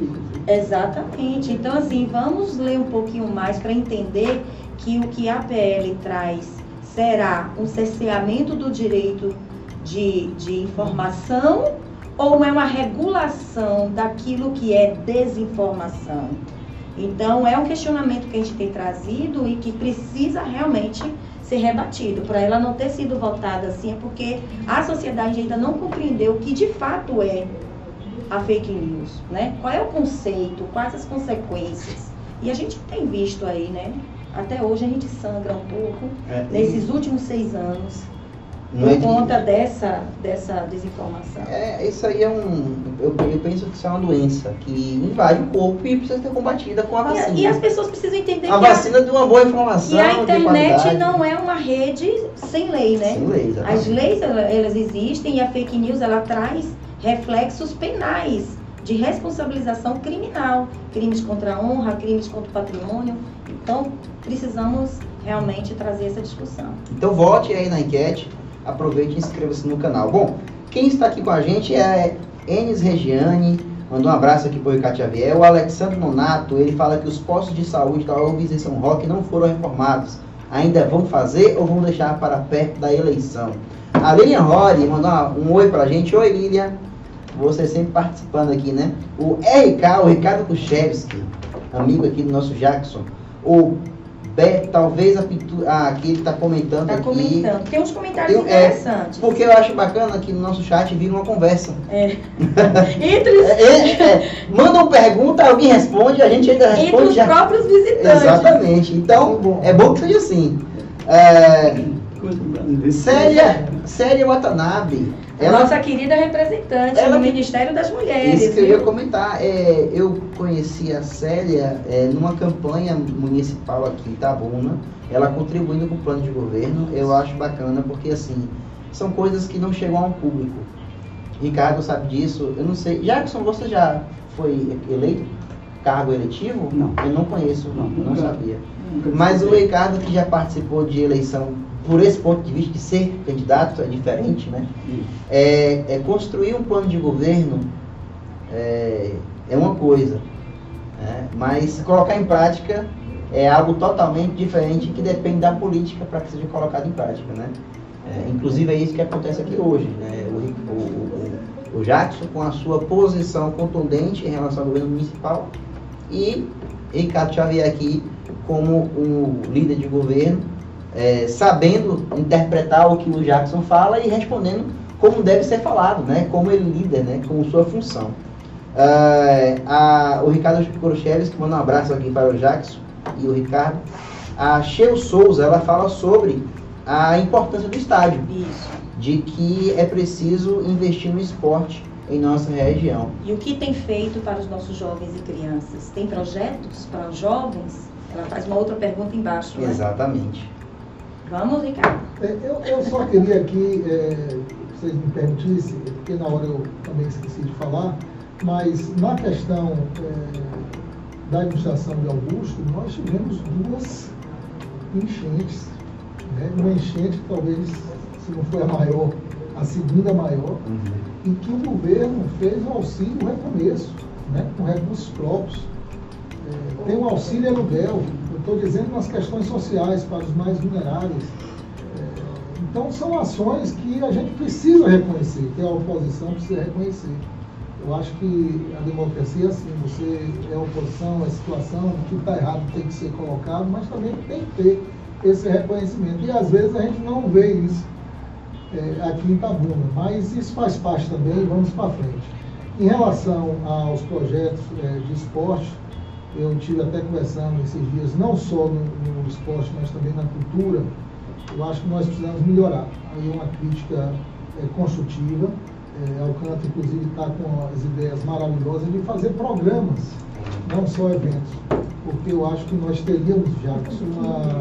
Exatamente. Então, assim, vamos ler um pouquinho mais para entender que o que a P L traz será um cerceamento do direito de, de informação ou é uma regulação daquilo que é desinformação? Então, é um questionamento que a gente tem trazido e que precisa realmente ser rebatido. Para ela não ter sido votada assim, é porque a sociedade ainda não compreendeu o que de fato é a fake news, né? Qual é o conceito, quais as consequências. E a gente tem visto aí, né? Até hoje a gente sangra um pouco, É, nesses últimos seis anos, Não por é de- conta dessa, dessa desinformação. É, isso aí é um. Eu, eu penso que isso é uma doença que invade o corpo e precisa ser combatida com a E, vacina. e as pessoas precisam entender a que a, vacina de uma boa informação. que a de internet qualidade. não é uma rede sem lei, né? Sem lei, exatamente. As leis, ela- elas existem e a fake news, ela traz reflexos penais de responsabilização criminal. Crimes contra a honra, crimes contra o patrimônio. Então, precisamos realmente trazer essa discussão. Então vote aí na enquete, aproveite e inscreva-se no canal. Bom, quem está aqui com a gente é Enes Regiane, mandou um abraço aqui para o Ricardo Xavier. O Alexandre Nonato, ele fala que os postos de saúde da U F S em São Roque não foram reformados. Ainda vão fazer ou vão deixar para perto da eleição? A Lilian Rory mandou um oi para a gente. Oi, Lilian. Você sempre participando aqui, né? O R K, o Ricardo Kuchevski, amigo aqui do nosso Jackson. O Be, talvez a pintura. Ah, aqui ele está comentando Tá aqui. comentando. Tem uns comentários Eu- é, interessantes. Porque eu acho bacana que no nosso chat vira uma conversa. É. Entre os, É, é, é, mandam pergunta, alguém responde, a gente ainda entre responde. os já- próprios visitantes. Exatamente. Então, é bom que seja assim. É, Célia, Célia Watanabe. Ela, Nossa querida representante ela do que- Ministério das Mulheres. Isso que eu ia viu? comentar. É, eu conheci a Célia é, numa campanha municipal aqui em Itabuna. Ela contribuindo com o plano de governo. Eu acho bacana porque, assim, são coisas que não chegam ao público. Ricardo sabe disso. Eu não sei. Jackson, você já foi eleito? Cargo eletivo? Não. Eu não conheço, não, Não, não nunca. sabia. Nunca Mas o participei. Ricardo, que já participou de eleição, por esse ponto de vista de ser candidato, é diferente, né? Isso. É, é construir um plano de governo é, é uma coisa, né? Mas colocar em prática é algo totalmente diferente que depende da política para que seja colocado em prática, né? É, inclusive é isso que acontece aqui hoje, né? O, o, o, o Jackson com a sua posição contundente em relação ao governo municipal e Ricardo Xavier aqui como um líder de governo é, sabendo interpretar o que o Jackson fala e respondendo como deve ser falado, né? Como ele lida, né? Com sua função. Uh, a, o Ricardo Corocheves, que manda um abraço aqui para o Jackson e o Ricardo. A Sheu Souza, ela fala sobre a importância do estádio. Isso. De que é preciso investir no esporte em nossa região. E o que tem feito para os nossos jovens e crianças? Tem projetos para os jovens? Ela faz uma outra pergunta embaixo, né? Exatamente. Vamos, Ricardo. Eu, eu só queria aqui, é, se vocês me permitissem, porque na hora eu também esqueci de falar, mas na questão é, da administração de Augusto, nós tivemos duas enchentes. Né? Uma enchente que talvez, se não foi a maior, a segunda maior, uhum. em que o governo fez o auxílio recomeço, né? Com recursos próprios. É, tem um auxílio aluguel, eu estou dizendo nas questões sociais para os mais vulneráveis. É, então são ações que a gente precisa reconhecer, que a oposição precisa reconhecer. Eu acho que a democracia é assim, você é oposição, é situação, o que está errado tem que ser colocado, mas também tem que ter esse reconhecimento. E às vezes a gente não vê isso é, aqui em Itabuna, mas isso faz parte também, vamos para frente. Em relação aos projetos é, de esporte, eu tive até conversando esses dias, não só no, no esporte, mas também na cultura, eu acho que nós precisamos melhorar. Aí uma crítica é, construtiva, é, Alcântara inclusive está com as ideias maravilhosas de fazer programas, não só eventos, porque eu acho que nós teríamos já uma,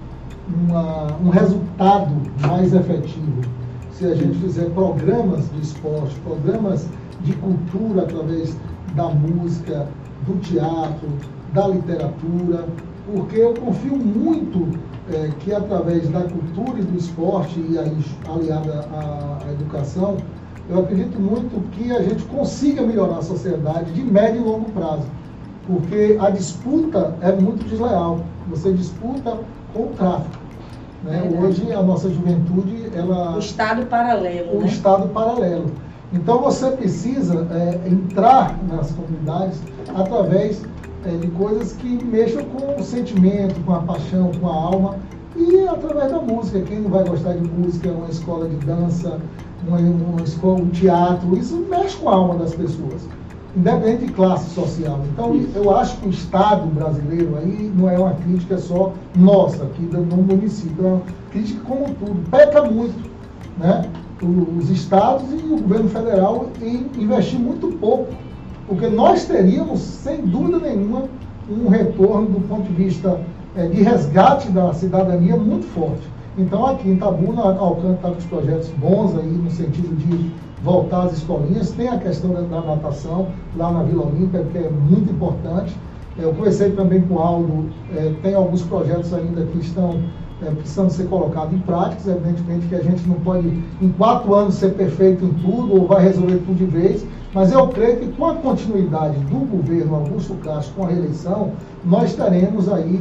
uma, um resultado mais efetivo se a gente fizer programas de esporte, programas de cultura através da música, do teatro, da literatura, porque eu confio muito é, que através da cultura e do esporte, e aí aliada à, à educação, eu acredito muito que a gente consiga melhorar a sociedade de médio e longo prazo, porque a disputa é muito desleal, você disputa com o tráfico. Né? É Hoje a nossa juventude, ela... O estado paralelo, O né? estado paralelo. Então você precisa é, entrar nas comunidades através é, de coisas que mexam com o sentimento, com a paixão, com a alma, e através da música. Quem não vai gostar de música, uma escola de dança, uma, uma escola, um teatro, isso mexe com a alma das pessoas, independente de classe social. Então eu acho que o Estado brasileiro aí não é uma crítica só nossa, aqui no município, é uma crítica como um tudo, peca muito, né? Os estados e o governo federal em investir muito pouco, porque nós teríamos, sem dúvida nenhuma, um retorno do ponto de vista é, de resgate da cidadania muito forte. Então aqui em Itabuna, a Alcântara está com os projetos bons aí, no sentido de voltar às escolinhas. Tem a questão da, da natação lá na Vila Olímpia, que é muito importante. Eu conversei também com o Aldo, é, tem alguns projetos ainda que estão É, precisando ser colocados em práticas. Evidentemente que a gente não pode, em quatro anos, ser perfeito em tudo, ou vai resolver tudo de vez, mas eu creio que com a continuidade do governo Augusto Castro, com a reeleição, nós teremos aí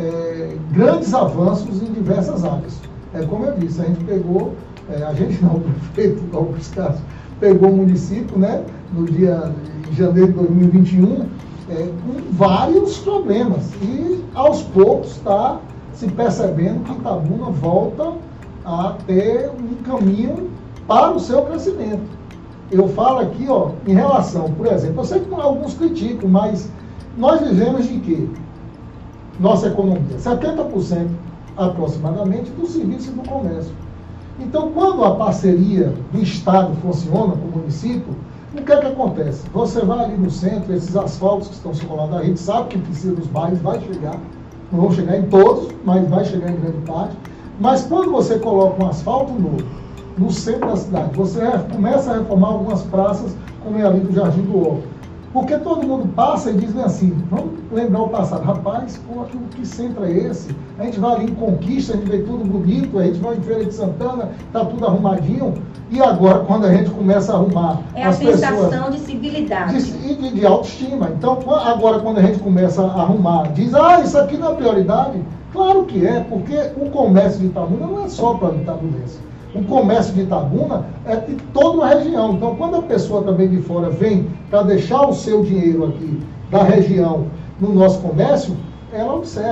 é, grandes avanços em diversas áreas. É como eu disse, a gente pegou, é, a gente não, o prefeito Augusto Castro pegou o município, né, no dia de janeiro de dois mil e vinte e um, é, com vários problemas, e aos poucos está se percebendo que Itabuna volta a ter um caminho para o seu crescimento. Eu falo aqui, ó, em relação, por exemplo, eu sei que alguns criticam, mas nós vivemos de quê? Nossa economia, setenta por cento aproximadamente do serviço e do comércio. Então, quando a parceria do Estado funciona com o município, o que é que acontece? Você vai ali no centro, esses asfaltos que estão se colando, a gente sabe que precisa dos bairros, vai chegar, não vão chegar em todos, mas vai chegar em grande parte. Mas quando você coloca um asfalto novo no centro da cidade, você começa a reformar algumas praças, como é ali do Jardim do Horto. Porque todo mundo passa e diz assim, vamos lembrar o passado, rapaz, pô, que centro é esse? A gente vai ali em Conquista, a gente vê tudo bonito, a gente vai em Feira de Santana, está tudo arrumadinho, e agora quando a gente começa a arrumar é as pessoas... É a sensação de civilidade. E de, de autoestima. Então, agora quando a gente começa a arrumar, diz, ah, isso aqui não é prioridade? Claro que é, porque o comércio de Itabuna não é só para itabunense. O comércio de Itabuna é de toda uma região. Então, quando a pessoa também de fora vem para deixar o seu dinheiro aqui da região no nosso comércio, ela observa.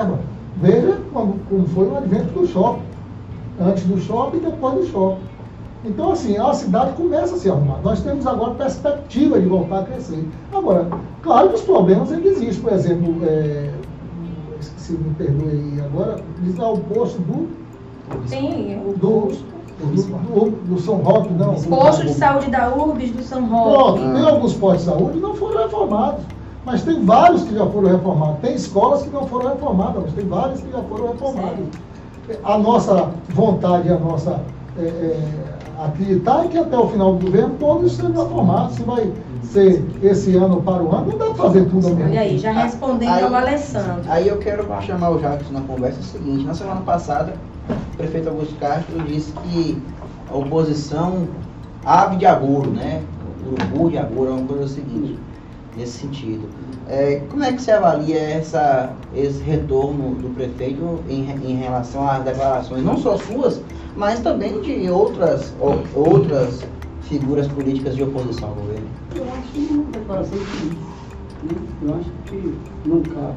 Veja como, como foi o advento do shopping. Antes do shopping e depois do shopping. Então, assim, a cidade começa a se arrumar. Nós temos agora perspectiva de voltar a crescer. Agora, claro que os problemas ainda existem. Por exemplo, é, esqueci, me perdoe aí agora, diz lá o posto do... Sim, o do, posto. do, do, do São Roque, não. Posto de saúde da Urbis do São Roque. Pronto, tem alguns postos de saúde que não foram reformados. Mas tem vários que já foram reformados. Tem escolas que não foram reformadas, mas tem várias que já foram reformadas. Certo. A nossa vontade, a nossa... É, é, acreditar que até o final do governo todos sejam reformados. Se vai ser esse ano para o ano, não dá para fazer tudo ao mesmo tempo. Olha aí, já respondendo aí, ao Alessandro. Aí eu quero chamar o Jacques na conversa o seguinte: na semana passada, o prefeito Augusto Castro disse que a oposição ave de agouro, né? Urubu de agouro, é uma coisa seguinte, nesse sentido. É, como é que você avalia essa, esse retorno do prefeito em, em relação às declarações, não só suas, mas também de outras, outras figuras políticas de oposição ao governo? Eu acho uma declaração difícil, né? Eu acho que não cabe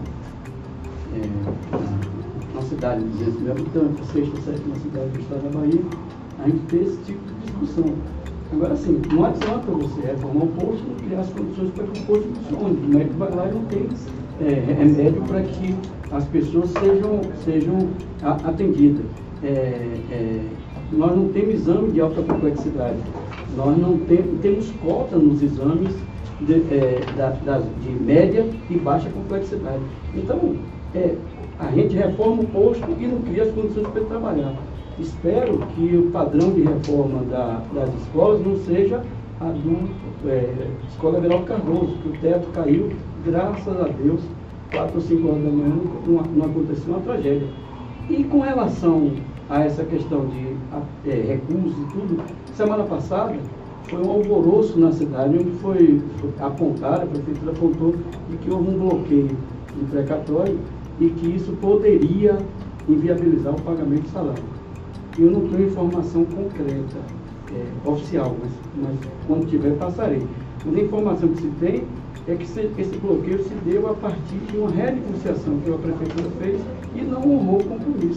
é, na cidade de duzentos mil habitantes, sexta, sétima cidade do estado da Bahia, a gente ter esse tipo de discussão. Agora, assim, não adianta você reformar o posto e criar as condições para que o posto funcione. O médico vai lá e não tem é, remédio para que as pessoas sejam, sejam atendidas. É, é, nós não temos exame de alta complexidade. Nós não tem, temos cota nos exames de, é, da, da, de média e baixa complexidade. Então, é, a gente reforma o posto e não cria as condições para ele trabalhar. Espero que o padrão de reforma da, das escolas não seja a do é, Escola Everaldo Cardoso, que o teto caiu, graças a Deus, quatro ou cinco horas da manhã não, não aconteceu uma tragédia. E com relação a essa questão de é, recursos e tudo, semana passada foi um alvoroço na cidade, onde foi, foi apontado, a prefeitura apontou de que houve um bloqueio de precatório e que isso poderia inviabilizar o pagamento de salário. Eu não tenho informação concreta, é, oficial, mas, mas quando tiver passarei. Mas a informação que se tem é que se, esse bloqueio se deu a partir de uma renegociação que a prefeitura fez e não honrou o compromisso.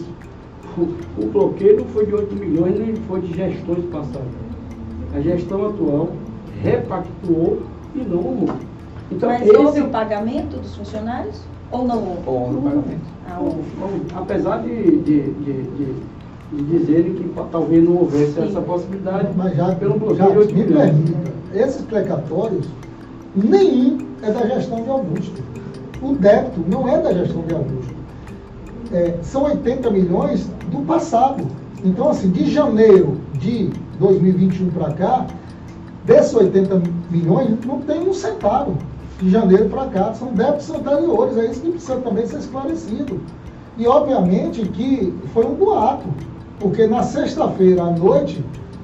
O, o bloqueio não foi de oito milhões, nem foi de gestões passadas. A gestão atual repactuou e não honrou. Então, mas esse... houve o pagamento dos funcionários? Ou não houve? Houve o pagamento. Ah, houve. Apesar de, de, de, de, de dizerem que talvez não houvesse Sim. essa possibilidade, mas já, pelo bloqueio já de oito me milhões. permita, esses precatórios, nenhum é da gestão de Augusto. O débito não é da gestão de Augusto. É, são oitenta milhões do passado. Então, assim, de janeiro de dois mil e vinte e um para cá, desses oitenta milhões, não tem um centavo de janeiro para cá. São débitos anteriores, é isso que precisa também ser esclarecido. E, obviamente, que foi um boato, porque na sexta-feira à noite,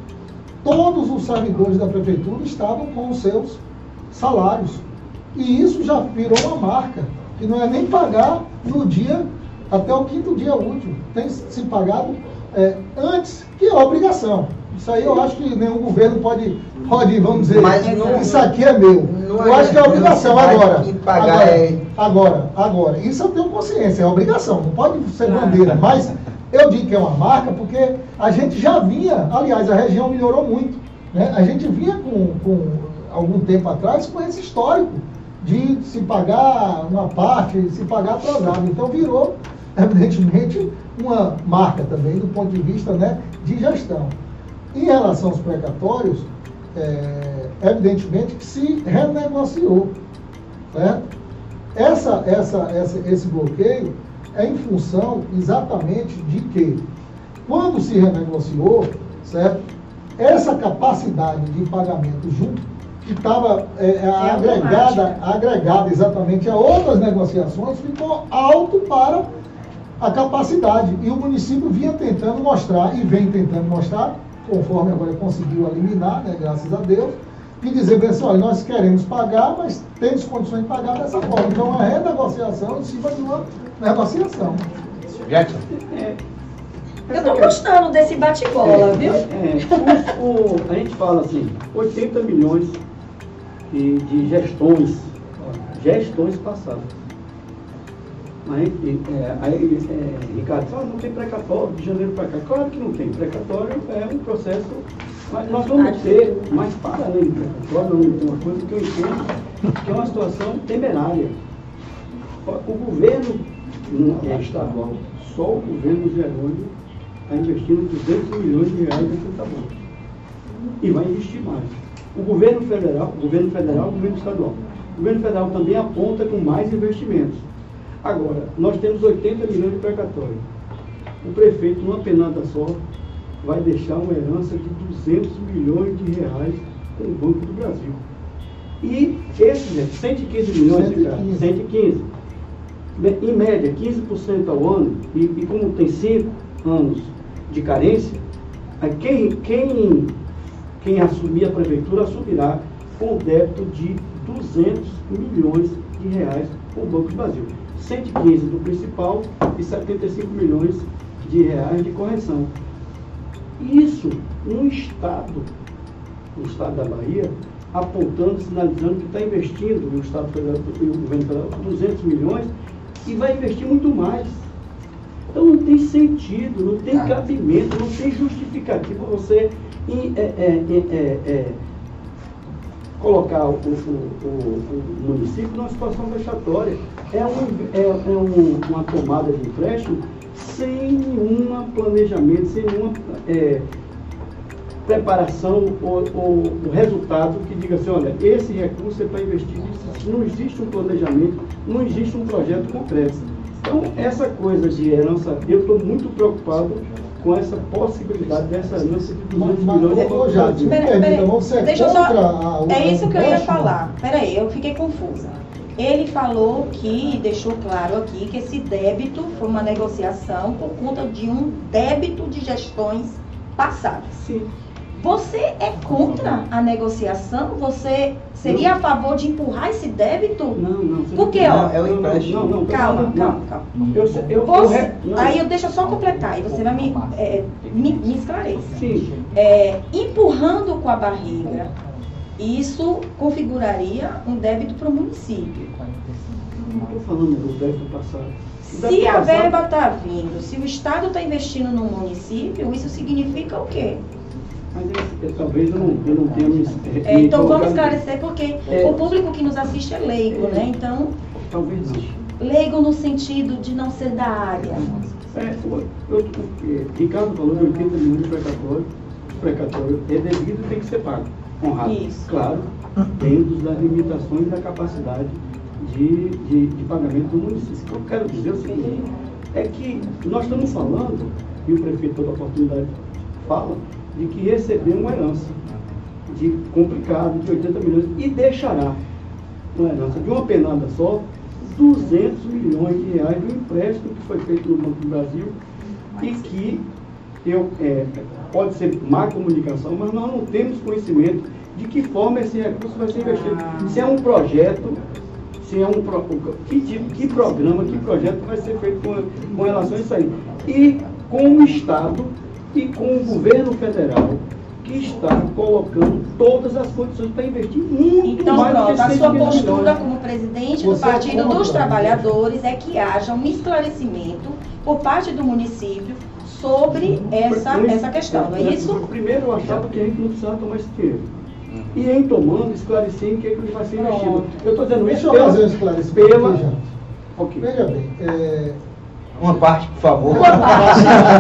todos os servidores da prefeitura estavam com os seus salários. E isso já virou uma marca, que não é nem pagar no dia, até o quinto dia útil. Tem se pagado é, antes, que é obrigação. Isso aí eu acho que nenhum governo pode, pode vamos dizer, mas não, isso aqui é meu. Eu é, acho que é obrigação agora. Que pagar agora, é... agora, agora. Isso eu tenho consciência, é obrigação, não pode ser bandeira. Mas eu digo que é uma marca porque a gente já vinha, aliás, a região melhorou muito. Né? A gente vinha com, com algum tempo atrás com esse histórico de se pagar uma parte, se pagar atrasado. Então virou, evidentemente, uma marca também do ponto de vista, né, de gestão. Em relação aos precatórios, é, evidentemente que se renegociou. Certo? Essa, essa, essa, esse bloqueio é em função exatamente de que, quando se renegociou, certo? Essa capacidade de pagamento junto, que estava é, é agregada, agregada exatamente a outras negociações, ficou alto para a capacidade. E o município vinha tentando mostrar, e vem tentando mostrar, conforme agora conseguiu eliminar, né, graças a Deus, e dizer, pessoal, nós queremos pagar, mas temos condições de pagar dessa forma. Então, uma renegociação em cima de uma negociação. Jackson. É, Eu estou gostando desse bate-bola, é, viu? É, o, o, a gente fala assim, oitenta milhões de, de gestões, gestões passadas. Mas, é, aí, é, Ricardo, fala, não tem precatório de janeiro para cá. Claro que não tem. Precatório é um processo, mas nós vamos ter, mas para além do precatório, tem uma coisa que eu entendo, que é uma situação temerária. O governo é, estadual, só o governo Jerônimo está investindo duzentos milhões de reais em Taboão. E vai investir mais. O governo federal, o governo federal, o governo estadual. O governo federal também aponta com mais investimentos. Agora, nós temos oitenta milhões de precatório. O prefeito, numa penada só, vai deixar uma herança de duzentos milhões de reais com o Banco do Brasil. E esses cento e quinze milhões, Ricardo, cento e quinze. Em média, quinze por cento ao ano, e, e como tem cinco anos de carência, quem, quem, quem assumir a prefeitura assumirá com débito de duzentos milhões de reais com o Banco do Brasil. cento e quinze do principal e setenta e cinco milhões de reais de correção. Isso, um Estado, o Estado da Bahia, apontando, sinalizando que está investindo, o Estado Federal e o Governo Federal, duzentos milhões, e vai investir muito mais. Então não tem sentido, não tem cabimento, não tem justificativa você em, é, é, é, é, colocar o, o, o, o município numa situação vexatória. É, um, é, é um, uma tomada de empréstimo sem nenhum planejamento, sem nenhuma é, preparação ou, ou o resultado que diga assim, olha, esse recurso é para investir nisso. Não existe um planejamento, não existe um projeto concreto. Então, essa coisa de herança, eu estou muito preocupado com essa possibilidade dessa herança de duzentos milhões de reais. Já, me permita, você é deixa contra só, a, é isso que eu ia falar. Peraí, eu fiquei confusa. Ele falou que, deixou claro aqui, que esse débito foi uma negociação por conta de um débito de gestões passadas. Sim. Você é contra a negociação? Você seria não. a favor de empurrar esse débito? Não, não. Por quê? Ó, é o empréstimo. Não, não, calma, não, calma, calma. Eu, eu, você, eu, aí eu deixo só completar, e você vai me, é, me, me esclarecer. Sim. É, empurrando com a barriga, isso configuraria um débito para o município. Não estou falando do débito passado. Se a verba está vindo, se o Estado está investindo no município, isso significa o quê? Mas eu, eu, talvez eu não, eu não tenha me, é, me Então vamos esclarecer, porque é, o público que nos assiste é leigo, é, né? Então, talvez não. Leigo no sentido de não ser da área. É, eu, eu, eu, Ricardo falou de oitenta milhões de precatório. O precatório é devido e tem que ser pago. Honrado. Isso. Claro, dentro das limitações da capacidade de, de, de pagamento do município. O que eu quero dizer é o seguinte, é que nós estamos falando, e o prefeito toda a oportunidade fala, de que recebeu uma herança de complicado, de oitenta milhões, e deixará uma herança de uma penada só, duzentos milhões de reais de um empréstimo que foi feito no Banco do Brasil e que eu, é, pode ser má comunicação, mas nós não temos conhecimento de que forma esse recurso vai ser investido. Se é um projeto, se é um pro, que tipo, que programa, que projeto vai ser feito com, com relação a isso aí. E com o Estado e com o governo federal, que está colocando todas as condições para investir muito então, mais pronto, do que a sua postura milhões. Como presidente Você do Partido é dos Trabalhadores é que haja um esclarecimento por parte do município sobre essa, essa questão, não é isso? Primeiro, eu achava que a gente não precisava tomar esse dinheiro. E em tomando, esclarecer em que ele vai ser investido. Eu estou dizendo Deixa isso eu pela... fazer um esclarecimento pela... aqui, já. Okay. Veja bem, é... Uma parte, por favor. Uma parte.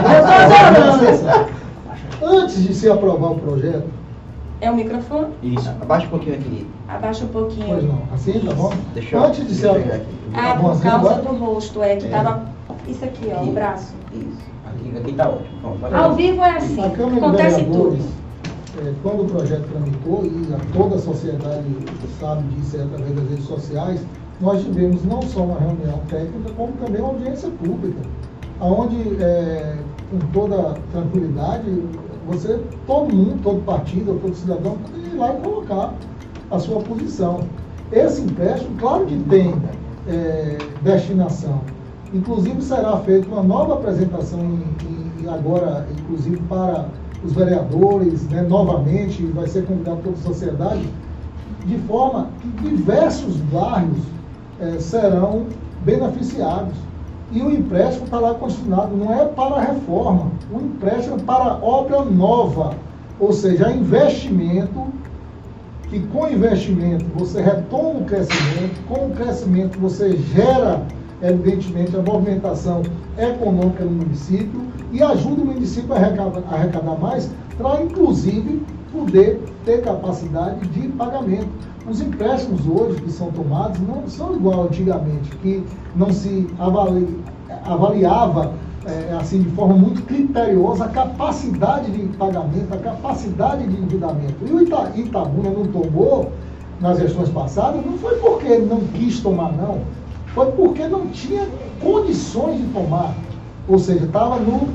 Eu estou adorando. Antes de se aprovar o projeto... É o microfone? Isso, abaixa um pouquinho aqui. Abaixa um pouquinho. Pois não, assim, tá bom? Deixa eu, Antes de se pegar aqui. Ah, tá bom, por assim causa agora? do rosto, é que É. tava... Isso aqui, ó, o braço. Isso, aqui, aqui tá ótimo. Pronto, vai Ao lá. vivo é assim, A Câmara de acontece tudo. Vereadores, é, quando o projeto tramitou, e a, toda a sociedade sabe disso é através das redes sociais, nós tivemos não só uma reunião técnica, como também uma audiência pública, onde, é, com toda tranquilidade, você, todo mundo, todo partido, todo cidadão, pode ir lá e colocar a sua posição. Esse empréstimo, claro que tem é, destinação. Inclusive, será feita uma nova apresentação, em, em, agora, inclusive, para os vereadores, né, novamente, vai ser convidado toda a sociedade, de forma que diversos bairros é, serão beneficiados. E o empréstimo está lá consignado, não é para reforma, o empréstimo é para obra nova, ou seja, é investimento, que com investimento você retoma o crescimento, com o crescimento você gera, evidentemente, a movimentação econômica no município e ajuda o município a arrecadar, a arrecadar mais, para inclusive poder ter capacidade de pagamento. Os empréstimos hoje que são tomados não são igual antigamente, que não se avali, avaliava é, assim, de forma muito criteriosa a capacidade de pagamento, a capacidade de endividamento. E o Ita, Itabuna não tomou nas gestões passadas, não foi porque não quis tomar, não. Foi porque não tinha condições de tomar. Ou seja, estava no...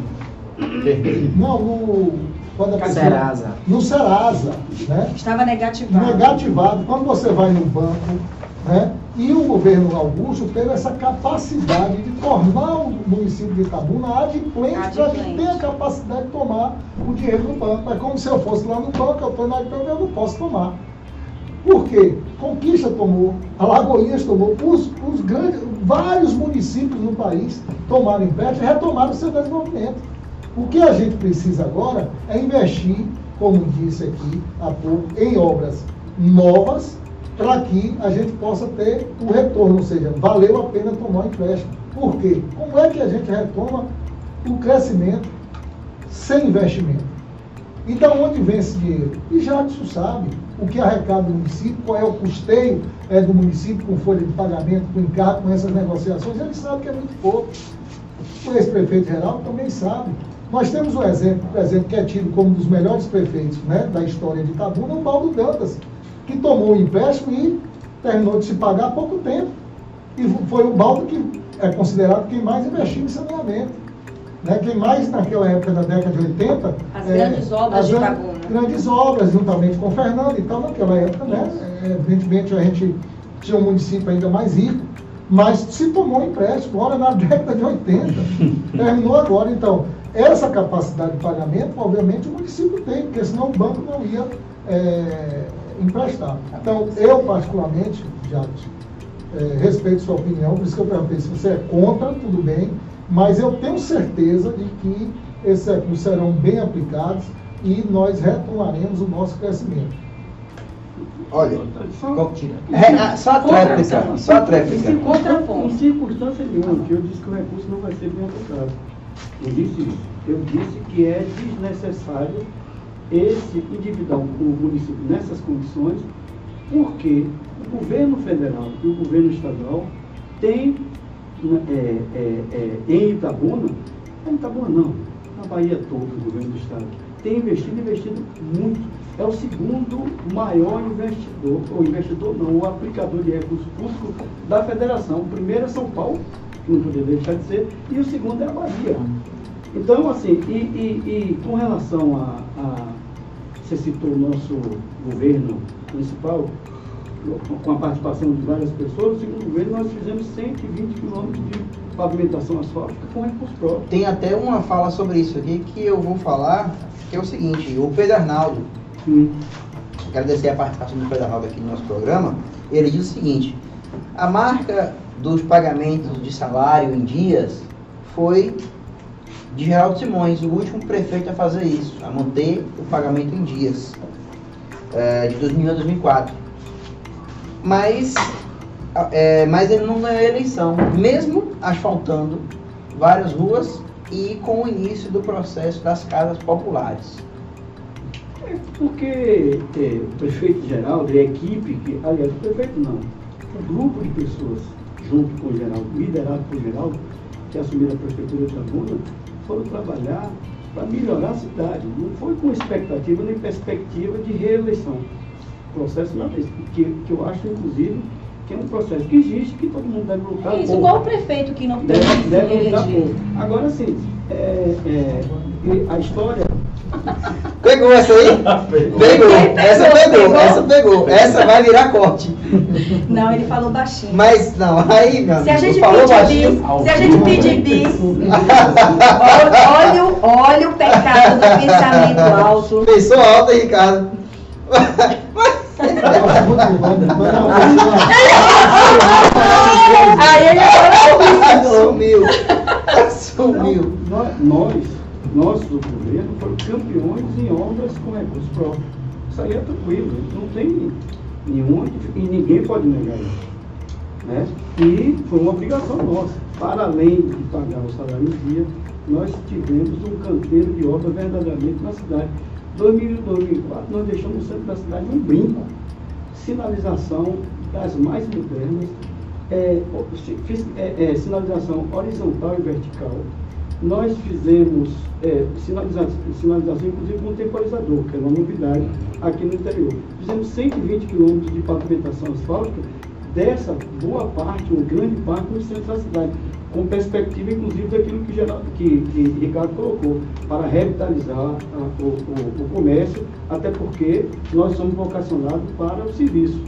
Não, no... Serasa. No Serasa, né? Estava negativado. Negativado. Quando você vai no banco, né? E o governo Augusto teve essa capacidade de tornar o município de Itabuna adimplente, para que tenha a capacidade de tomar o dinheiro no banco. É como se eu fosse lá no banco, eu estou na Itabuna, eu não posso tomar. Por quê? Conquista tomou, Alagoinhas tomou, os, os grandes, vários municípios no país tomaram empréstimo e retomaram o seu desenvolvimento. O que a gente precisa agora é investir, como disse aqui há pouco, em obras novas, para que a gente possa ter o retorno, ou seja, valeu a pena tomar o empréstimo. Por quê? Como é que a gente retoma o crescimento sem investimento? Então, onde vem esse dinheiro? E Jackson sabe o que arrecada o município, qual é o custeio é, do município com folha de pagamento, com encargo, com essas negociações, ele sabe que é muito pouco. O ex-prefeito geral também sabe. Nós temos um exemplo, por exemplo, que é tido como um dos melhores prefeitos, né, da história de Itabuna, o Baldo Dantas, que tomou um empréstimo e terminou de se pagar há pouco tempo. E foi o Baldo que é considerado quem mais investiu em saneamento. Né? Quem mais, naquela época, na década de oitenta... As é, grandes obras as de Itabuna. Grandes obras, juntamente com o Fernando e tal, naquela época, né? É, evidentemente, a gente tinha um município ainda mais rico, mas se tomou um empréstimo, ora na década de oitenta. Terminou agora, então... Essa capacidade de pagamento, obviamente, o município tem, porque senão o banco não ia é, emprestar. Então, eu, particularmente, Jacques, é, respeito sua opinião, por isso que eu perguntei se você é contra, tudo bem, mas eu tenho certeza de que esses recursos serão bem aplicados e nós retomaremos o nosso crescimento. Olha, Só, é, só a tréplica, só a tréplica. Em circunstância nenhuma, que eu disse que o recurso não vai ser bem aplicado. Eu disse isso. Eu disse que é desnecessário esse endividar o município nessas condições, porque o governo federal e o governo estadual têm é, é, é, em Itabuna, em Itabuna não, na Bahia toda, o governo do estado, tem investido, investido muito. É o segundo maior investidor, ou investidor não, o aplicador de recursos públicos da federação. O primeiro é São Paulo, que não poderia deixar de ser, e o segundo é a Bahia. Então, assim, e, e, e com relação a, a... Você citou o nosso governo municipal, com a participação de várias pessoas, no segundo governo nós fizemos cento e vinte quilômetros de pavimentação asfáltica com recurso próprio. Tem até uma fala sobre isso aqui que eu vou falar, que é o seguinte, o Pedro Arnaldo, hum. agradecer a participação do Pedro Arnaldo aqui no nosso programa, ele diz o seguinte: a marca dos pagamentos de salário em dias foi de Geraldo Simões, o último prefeito a fazer isso, a manter o pagamento em dias, é, de dois mil a dois mil e quatro. Mas, é, mas ele não ganhou a eleição, mesmo asfaltando várias ruas e com o início do processo das casas populares. É porque é, o prefeito Geraldo e a equipe, que, aliás, o prefeito não, o grupo de pessoas junto com o Geraldo, liderado por Geraldo, que assumiram a prefeitura de Itabuna, foram trabalhar para melhorar a cidade. Não foi com expectativa nem perspectiva de reeleição. Processo que, que eu acho, inclusive, que é um processo que existe, que todo mundo deve lutar. Isso, pouco. igual o prefeito que não deve, tem deve lutar pouco. Agora sim, é, é, a história. Pegou essa aí? Pegou. Pegou. Essa pegou, pegou, essa pegou. Essa vai virar corte. Não, ele falou baixinho. Mas não, aí, meu Se a gente falou pedir baixinho. bis, se a gente pedir bis, olha, olha o pecado do pensamento alto. Pensou alto aí, Ricardo. Nossa, muito bom. Aí ele Assumiu. Assumiu. Nós, nós, nós do governo, fomos campeões em obras com recursos próprios. Isso aí é tranquilo, não tem nenhuma, e ninguém pode negar isso. Né? E foi uma obrigação nossa. Para além de pagar o salário em dia, nós tivemos um canteiro de obra verdadeiramente na cidade. Em dois mil e dois mil e quatro, nós deixamos o centro da cidade um brinco. Sinalização das mais modernas, é, fiz, é, é, sinalização horizontal e vertical. Nós fizemos é, sinalização, sinalização, inclusive com temporizador, que é uma novidade aqui no interior. Fizemos cento e vinte quilômetros de pavimentação asfáltica, dessa boa parte, uma grande parte, no centro da cidade, com perspectiva, inclusive, daquilo que, Geraldo, que, que Ricardo colocou, para revitalizar a, o, o, o comércio, até porque nós somos vocacionados para o serviço.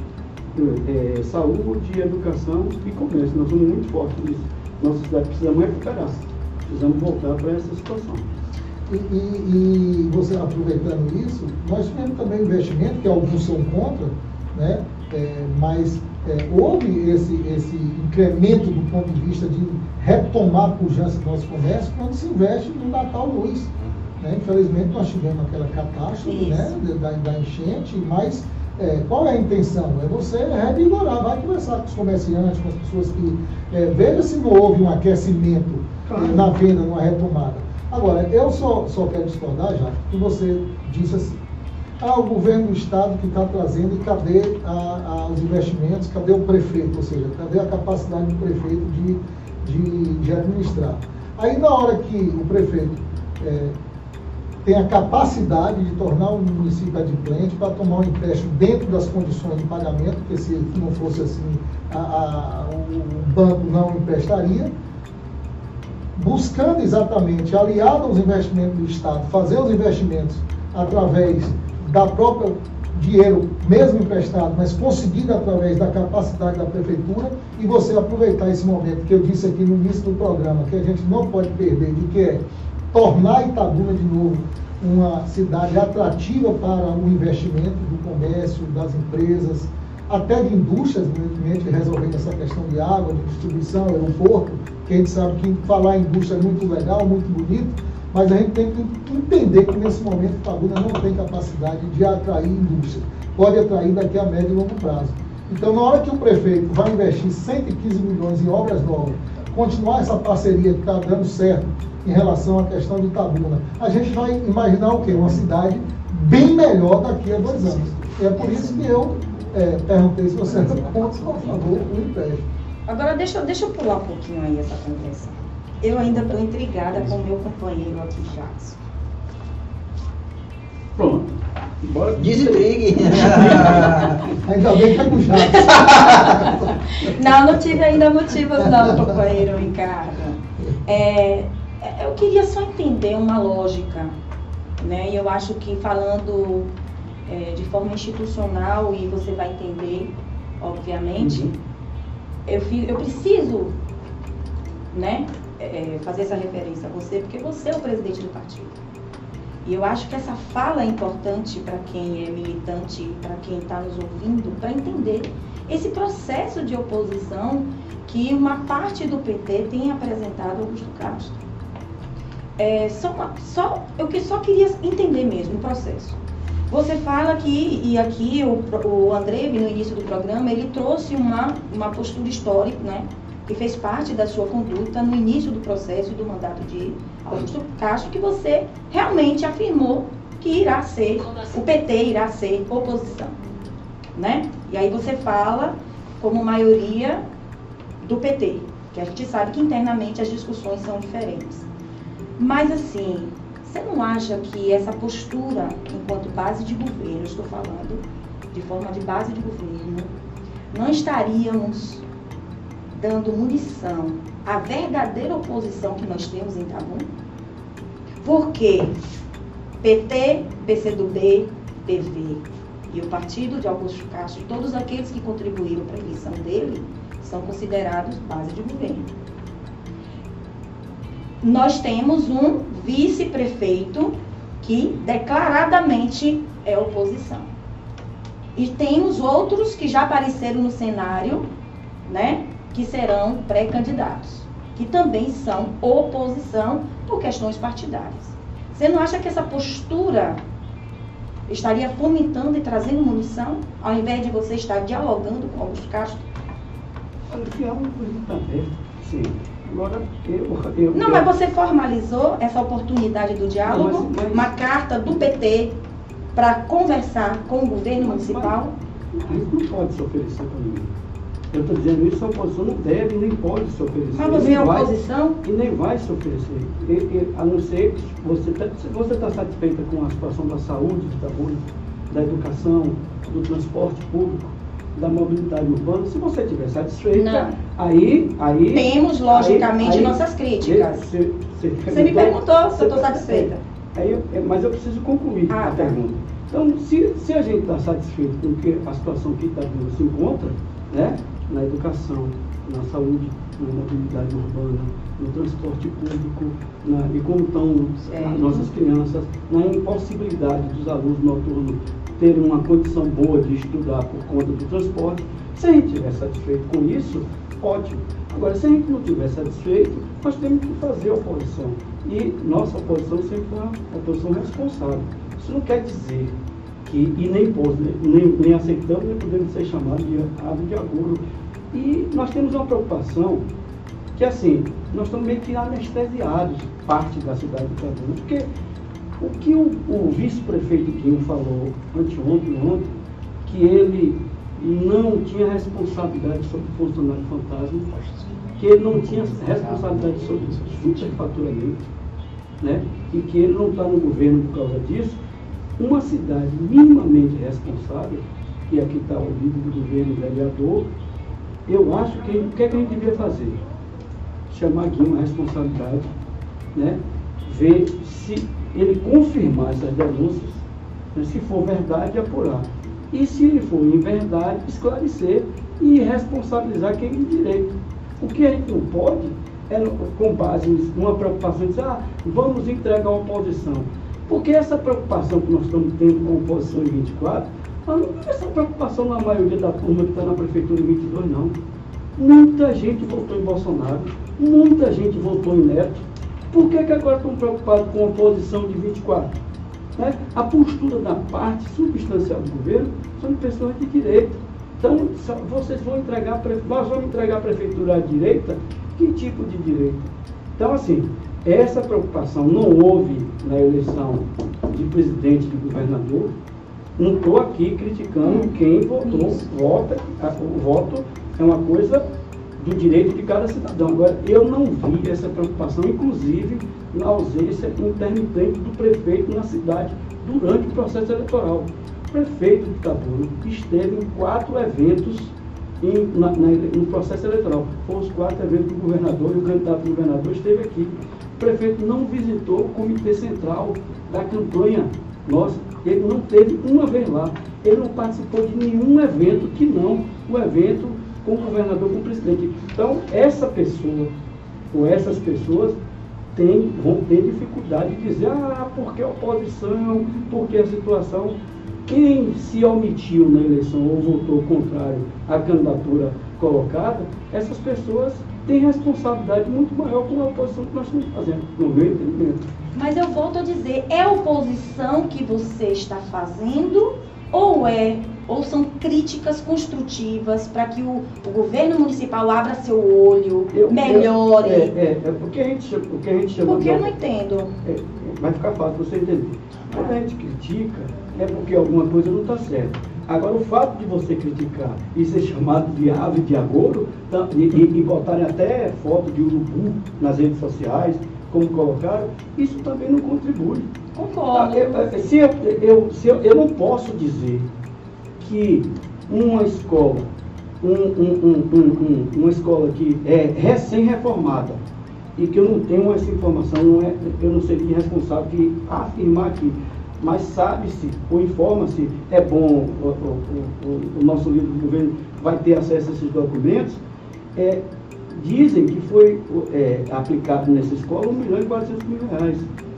É, saúde, educação e comércio. Nós somos muito fortes nisso. Nossa cidade precisamos recuperar. Precisamos voltar para essa situação. E, e, e você aproveitando isso, nós tivemos também investimento, que alguns são contra, né? É, mas é, houve esse, esse incremento do ponto de vista de retomar a pujança do nosso comércio quando se investe no Natal Luz. Né? Infelizmente nós tivemos aquela catástrofe, né? da, da enchente, mas é, qual é a intenção? É você revigorar, vai conversar com os comerciantes, com as pessoas que... É, veja se não houve um aquecimento claro. na venda, numa retomada. Agora, eu só, só quero discordar, já que você disse assim, ah, o governo do estado que está trazendo, e cadê a, a, os investimentos, cadê o prefeito, ou seja, cadê a capacidade do prefeito de, de, de administrar? Aí na hora que o prefeito é, tem a capacidade de tornar o município adimplente para tomar um empréstimo dentro das condições de pagamento, porque se não fosse assim, a, a, o banco não emprestaria, buscando exatamente, aliado aos investimentos do estado, fazer os investimentos através da própria dinheiro, mesmo emprestado, mas conseguido através da capacidade da prefeitura, e você aproveitar esse momento que eu disse aqui no início do programa, que a gente não pode perder, de que é tornar Itabuna de novo uma cidade atrativa para o investimento do comércio, das empresas, até de indústrias, evidentemente, resolvendo essa questão de água, de distribuição, aeroporto, que a gente sabe que falar em indústria é muito legal, muito bonito, mas a gente tem que entender que nesse momento Itabuna não tem capacidade de atrair indústria. Pode atrair daqui a médio e longo prazo. Então, na hora que o prefeito vai investir cento e quinze milhões em obras novas, continuar essa parceria que está dando certo em relação à questão de Itabuna, a gente vai imaginar o quê? Uma cidade bem melhor daqui a dois anos. E é por isso que eu é, perguntei se você era contra, por favor, o empréstimo. Agora, deixa, deixa eu pular um pouquinho aí essa conversa. Eu ainda estou intrigada com o meu companheiro aqui, Jackson. Pronto. Bora. Desintrigue. Ainda bem que é com o Jackson. Não, não tive ainda motivos não, companheiro Ricardo. É, eu queria só entender uma lógica, né? E eu acho que falando é, de forma institucional, e você vai entender, obviamente, uhum. eu, eu preciso, né? É, fazer essa referência a você, porque você é o presidente do partido. E eu acho que essa fala é importante para quem é militante, para quem está nos ouvindo, para entender esse processo de oposição que uma parte do P T tem apresentado ao Augusto Castro. É, só, uma, só, eu que só queria entender mesmo o processo. Você fala que, e aqui o, o André, no início do programa, ele trouxe uma, uma postura histórica, né? Que fez parte da sua conduta no início do processo e do mandato de Augusto Castro, que você realmente afirmou que irá ser, o P T irá ser oposição, né? E aí você fala como maioria do P T, que a gente sabe que internamente as discussões são diferentes. Mas assim, você não acha que essa postura, enquanto base de governo, estou falando de forma de base de governo, não estaríamos dando munição à verdadeira oposição que nós temos em Itabuna? Porque P T, P C do B, P V e o partido de Augusto Castro, todos aqueles que contribuíram para a eleição dele, são considerados base de governo. Nós temos um vice-prefeito que declaradamente é oposição. E temos outros que já apareceram no cenário, né? que serão pré-candidatos, que também são oposição por questões partidárias. Você não acha que essa postura estaria fomentando e trazendo munição, ao invés de você estar dialogando com Augusto Castro? Olha, o diálogo está aberto, sim. Agora, eu, eu... Não, eu... mas você formalizou essa oportunidade do diálogo, Não, mas, mas... uma carta do P T para conversar com o governo mas, municipal? Mas, isso não pode se oferecer para ninguém. Eu estou dizendo isso, a oposição não deve nem pode se oferecer. Mas você é oposição? E nem vai se oferecer. E, e, a não ser que você está você tá satisfeita com a situação da saúde de Itabuna, da educação, do transporte público, da mobilidade urbana. Se você estiver satisfeita, não. aí, aí... Temos, logicamente, aí, aí, nossas críticas. Você, você, você me perguntou se eu estou satisfeita. Aí, eu, mas eu preciso concluir ah, a tá. pergunta. Então, se, se a gente está satisfeito com que a situação que Itabuna se encontra, né, na educação, na saúde, na mobilidade urbana, no transporte público, na, e como estão as nossas crianças, na impossibilidade dos alunos noturnos terem uma condição boa de estudar por conta do transporte, se a gente estiver satisfeito com isso, ótimo. Agora, se a gente não estiver satisfeito, nós temos que fazer oposição. E nossa oposição sempre foi uma oposição responsável. Isso não quer dizer que, e nem, nem, nem aceitamos, nem podemos ser chamados de ave de agouro. E nós temos uma preocupação que, assim, nós estamos meio que anestesiados, parte da cidade de Itabuna, porque o que o, o vice-prefeito Guinho falou anteontem, ontem, que ele não tinha responsabilidade sobre o funcionário fantasma, que ele não tinha responsabilidade sobre o superfaturamento, né? E que ele não está no governo por causa disso. Uma cidade minimamente responsável, e aqui está o líder do governo, o vereador, eu acho que o que, é que a gente devia fazer? Chamar Guinho a responsabilidade, né? Ver se ele confirmar essas denúncias, né? Se for verdade, apurar. E se ele for em verdade, esclarecer e responsabilizar quem tem direito. O que a gente não pode é, com base numa preocupação de dizer, ah, vamos entregar a oposição. Porque essa preocupação que nós estamos tendo com a oposição em vinte e quatro, não é essa preocupação na maioria da turma que está na prefeitura em vinte e dois, não. Muita gente votou em Bolsonaro, muita gente votou em Neto. Por que, que agora estão preocupados com a oposição de vinte e quatro? Né? A postura da parte substancial do governo são de pessoas de direita. Então, vocês vão entregar, nós vamos entregar a prefeitura à direita? Que tipo de direita? Então, assim, essa preocupação não houve na eleição de presidente e de governador. Não estou aqui criticando quem votou. Vota, o voto é uma coisa do direito de cada cidadão. Agora, eu não vi essa preocupação, inclusive na ausência intermitente do prefeito na cidade durante o processo eleitoral. O prefeito de Itabuna esteve em quatro eventos em, na, na, no processo eleitoral. Foram os quatro eventos do governador e o candidato do governador esteve aqui. O prefeito não visitou o comitê central da campanha nossa. Ele não teve uma vez lá. Ele não participou de nenhum evento que não o evento com o governador, com o presidente. Então, essa pessoa, ou essas pessoas, tem, vão ter dificuldade de dizer, ah, porque a oposição, porque a situação. Quem se omitiu na eleição ou votou contrário à candidatura colocada, essas pessoas têm responsabilidade muito maior com a oposição que nós estamos fazendo, no meu entendimento. Mas eu volto a dizer, é oposição que você está fazendo ou é, ou são críticas construtivas para que o, o governo municipal abra seu olho, eu, melhore? Eu, é, é, é porque a gente chama... Porque, a gente chama porque eu não entendo. É, vai ficar fácil você entender. Quando a gente critica, é porque alguma coisa não está certa. Agora, o fato de você criticar e ser chamado de ave de agouro, tá, e, e, e botarem até foto de urubu nas redes sociais, como colocaram, isso também não contribui. Concordo. Eu, se eu, eu, se eu, eu não posso dizer que uma escola, um, um, um, um, uma escola que é recém-reformada, e que eu não tenho essa informação, não é, eu não seria responsável de afirmar aqui, mas sabe-se, ou informa-se, é bom, o, o, o, o nosso líder do governo vai ter acesso a esses documentos, é, dizem que foi é, aplicado nessa escola um milhão e quatrocentos mil reais,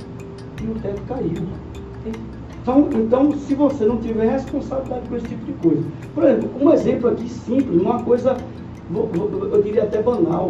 e o teto caiu. Então, então, se você não tiver responsabilidade com esse tipo de coisa, por exemplo, um exemplo aqui simples, uma coisa eu diria até banal.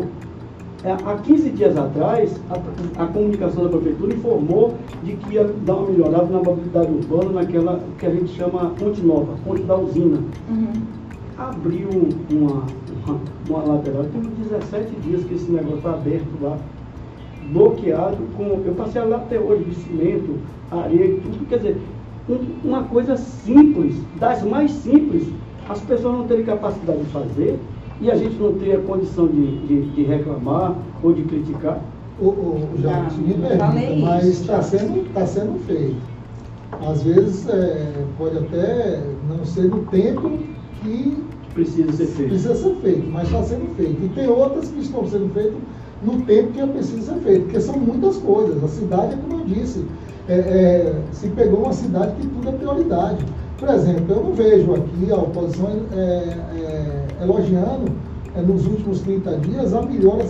Há quinze dias atrás, a, a comunicação da prefeitura informou de que ia dar uma melhorada na mobilidade urbana, naquela que a gente chama Ponte Nova, Ponte da Usina. Uhum. Abriu uma, uma, uma lateral, tem dezessete dias que esse negócio está aberto lá, bloqueado, com, eu passei lá até hoje de cimento, areia e tudo, quer dizer, um, uma coisa simples, das mais simples, as pessoas não terem capacidade de fazer, e a gente não ter a condição de, de, de reclamar ou de criticar. O, o, o Jacques, me permita, mas está sendo, tá sendo feito. Às vezes é, pode até não ser no tempo que precisa ser feito, precisa ser feito, mas está sendo feito. E tem outras que estão sendo feitas no tempo que é preciso ser feito, porque são muitas coisas. A cidade, é como eu disse, é, é, se pegou uma cidade que tudo é prioridade. Por exemplo, eu não vejo aqui a oposição é, é, elogiando é, nos últimos trinta dias a melhora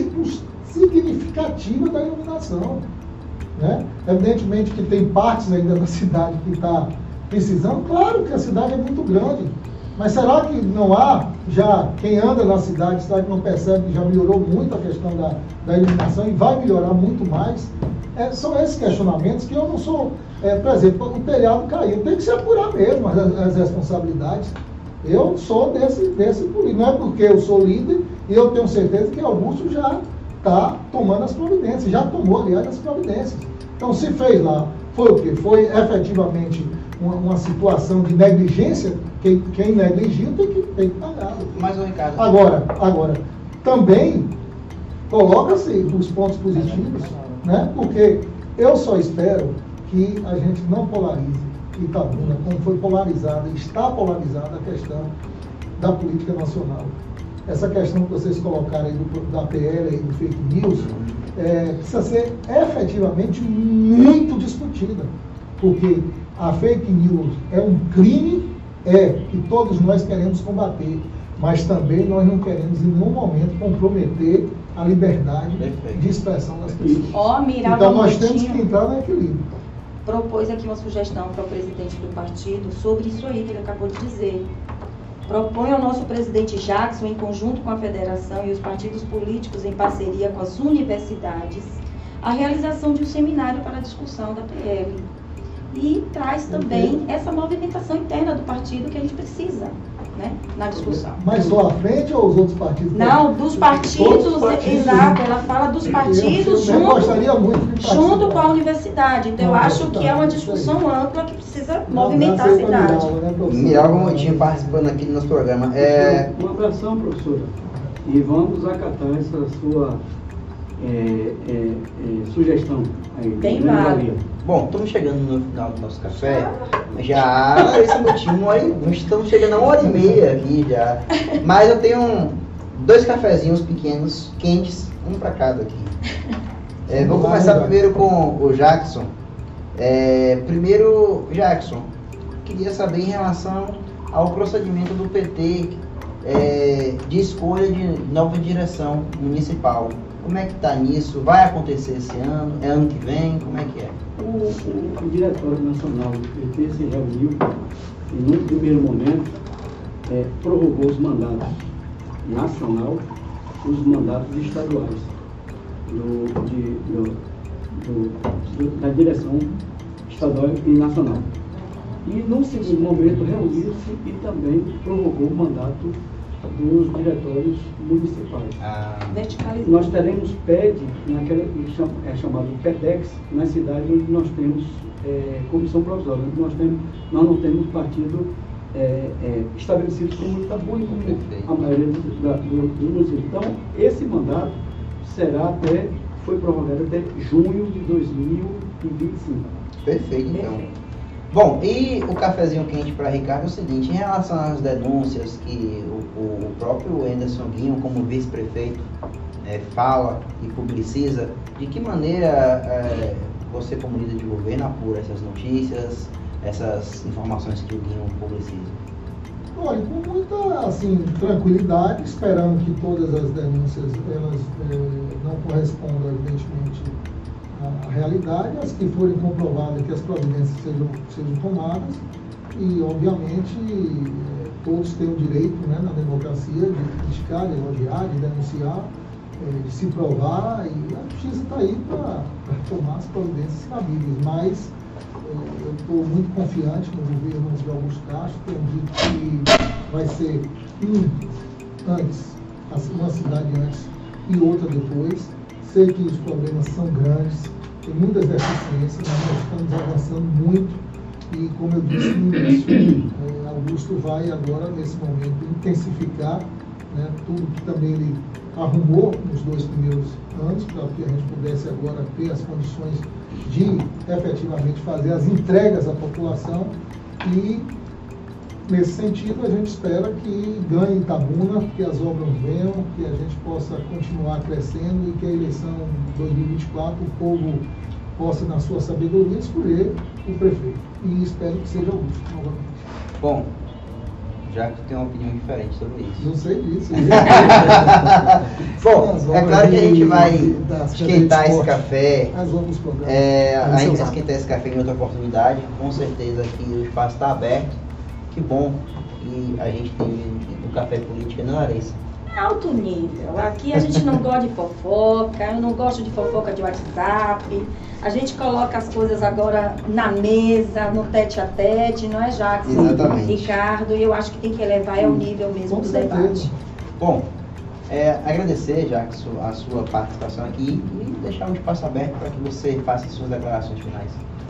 significativa da iluminação. Né? Evidentemente que tem partes ainda da cidade que está precisando, claro que a cidade é muito grande, mas será que não há, já quem anda na cidade, será que não percebe que já melhorou muito a questão da, da iluminação e vai melhorar muito mais? É, são esses questionamentos que eu não sou, é, por exemplo, o telhado caiu, tem que se apurar mesmo as, as responsabilidades. Eu sou desse, desse político, não é porque eu sou líder e eu tenho certeza que Augusto já está tomando as providências, já tomou, aliás, as providências. Então, se fez lá, foi o quê? Foi efetivamente uma, uma situação de negligência, quem, quem negligiu tem que, tem que pagar. Mas, Ricardo... Agora, agora, também coloca-se os pontos positivos, né? Porque eu só espero que a gente não polarize Itabuna, como foi polarizada, está polarizada a questão da política nacional. Essa questão que vocês colocaram aí do, da P L e do fake news, é, precisa ser efetivamente muito discutida, porque a fake news é um crime, é, que todos nós queremos combater, mas também nós não queremos em nenhum momento comprometer a liberdade Perfeito. de expressão das pessoas. Oh, então nós temos que entrar no equilíbrio. Propôs aqui uma sugestão para o presidente do partido sobre isso aí que ele acabou de dizer. Propõe ao nosso presidente Jackson, em conjunto com a federação e os partidos políticos, em parceria com as universidades, a realização de um seminário para a discussão da P L. E traz também okay. essa movimentação interna do partido que a gente precisa, né, na discussão. Mas só a frente ou os outros partidos? Não, dos partidos, partidos exato. Ela fala dos partidos eu, eu junto, gostaria muito de junto com a universidade. Então, eu acho que é uma discussão ampla que precisa não, movimentar a cidade. Miralva Mondinho participando aqui do nosso programa. É... Um abração, professora. E vamos acatar essa sua é, é, é, sugestão aí. Bem válido. Bom, estamos chegando no final do nosso café. Já, esse motivo, nós estamos chegando a uma hora e meia aqui já. Mas eu tenho um, dois cafezinhos pequenos, quentes, um para cada aqui. É, vou começar primeiro com o Jackson. É, primeiro, Jackson, queria saber em relação ao procedimento do P T é, de escolha de nova direção municipal. Como é que está nisso? Vai acontecer esse ano? É ano que vem? Como é que é? O, o, o Diretório Nacional do P T se reuniu e, no primeiro momento, é, prorrogou os mandatos nacional, os mandatos estaduais do, de, do, do, do, da direção estadual e nacional. E, no segundo momento, reuniu-se e também prorrogou o mandato dos diretórios municipais. Ah. Nós teremos P E D, naquela, é chamado PEDEX, na cidade onde nós temos é, comissão provisória. Nós, temos, nós não temos partido é, é, estabelecido como Itabuna, como Perfeito. a maioria dos do, do municípios. Então, esse mandato será até, foi prorrogado até junho de dois mil e vinte e cinco. Perfeito, então. Perfeito. Bom, e o cafezinho quente para Ricardo é o seguinte, em relação às denúncias que o, o próprio Anderson Guinho, como vice-prefeito, é, fala e publiciza, de que maneira é, você, como líder de governo, apura essas notícias, essas informações que o Guinho publiciza? Olha, com muita assim, tranquilidade, esperando que todas as denúncias elas, é, não correspondam, evidentemente, a realidade, as que forem comprovadas que as providências sejam, sejam tomadas e, obviamente, todos têm o direito, né, na democracia, de criticar, de elogiar, de denunciar, é, de se provar, e a justiça está aí para tomar as providências cabíveis. Mas é, eu estou muito confiante no governo de Augusto Castro, tenho dito que vai ser um antes, uma cidade antes e outra depois. Sei que os problemas são grandes, tem muitas deficiências, mas nós estamos avançando muito e, como eu disse no início, eh, Augusto vai agora, nesse momento, intensificar, né, tudo que também ele arrumou nos dois primeiros anos, para que a gente pudesse agora ter as condições de efetivamente fazer as entregas à população. E, nesse sentido, a gente espera que ganhe Itabuna, que as obras venham, que a gente possa continuar crescendo e que a eleição de dois mil e vinte e quatro o povo possa, na sua sabedoria, escolher o prefeito. E espero que seja Augusto, novamente. Bom, já que tem uma opinião diferente sobre isso. Não sei disso. Bom, é claro que a gente vai esquentar esse café. Nós vamos programar. É, a gente vai esquentar esse café em outra oportunidade. Com certeza que o espaço está aberto. Que bom que a gente tem o Café Política, não, Larissa? Alto nível. Aqui a gente não gosta de fofoca, eu não gosto de fofoca de WhatsApp. A gente coloca as coisas agora na mesa, no tete a tete, não é, Jackson? Exatamente. Ricardo, e eu acho que tem que elevar ao nível mesmo Com do certeza. debate. Bom, é, agradecer, Jackson, a sua participação aqui e deixar um espaço aberto para que você faça as suas declarações finais.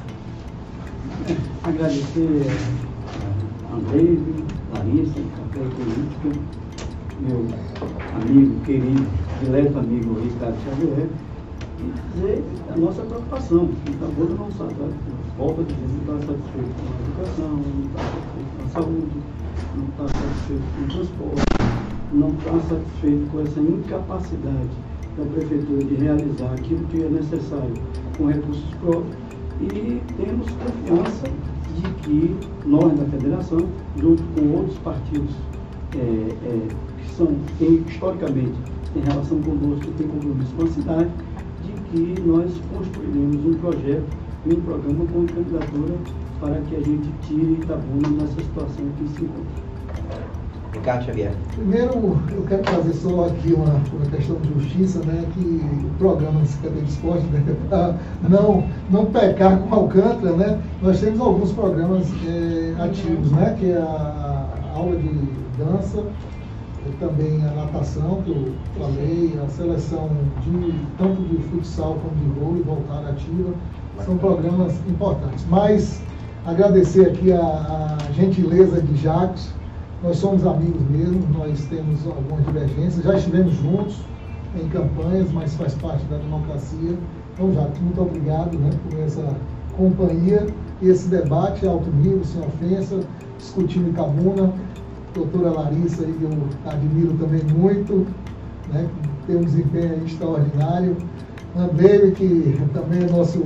Agradecer a Andrei, Larissa, Café Política, meu amigo, querido, dileto amigo Ricardo Xavier, e dizer a nossa preocupação. Itabuna não sabe, volta a dizer, não está satisfeito com a educação, não está satisfeito com a saúde, não está satisfeito com o transporte, não está satisfeito com essa incapacidade da Prefeitura de realizar aquilo que é necessário com recursos próprios, e temos confiança de que nós, da Federação, junto com outros partidos é, é, que são, tem, historicamente, têm relação conosco e têm compromisso com a cidade, de que nós construiremos um projeto e um programa com candidatura para que a gente tire Itabuna nessa situação que se encontra. Ricardo Xavier. Primeiro, eu quero trazer só aqui uma, uma questão de justiça, né, que o programa da Secretaria de Esporte, né, para não, não pecar com Alcântara, né, nós temos alguns programas é, ativos, né, que é a, a aula de dança, também a natação, que eu falei, a seleção de, tanto de futsal como de vôlei, voltar ativa, são programas importantes. Mas agradecer aqui a, a gentileza de Jacques. Nós somos amigos mesmo, nós temos algumas divergências, já estivemos juntos em campanhas, mas faz parte da democracia. Então, Jacques, muito obrigado, né, por essa companhia e esse debate alto nível, sem ofensa, discutindo Itabuna. Doutora Larissa, aí, que eu admiro também muito, né, que tem um desempenho aí extraordinário. Andrei, que também é nosso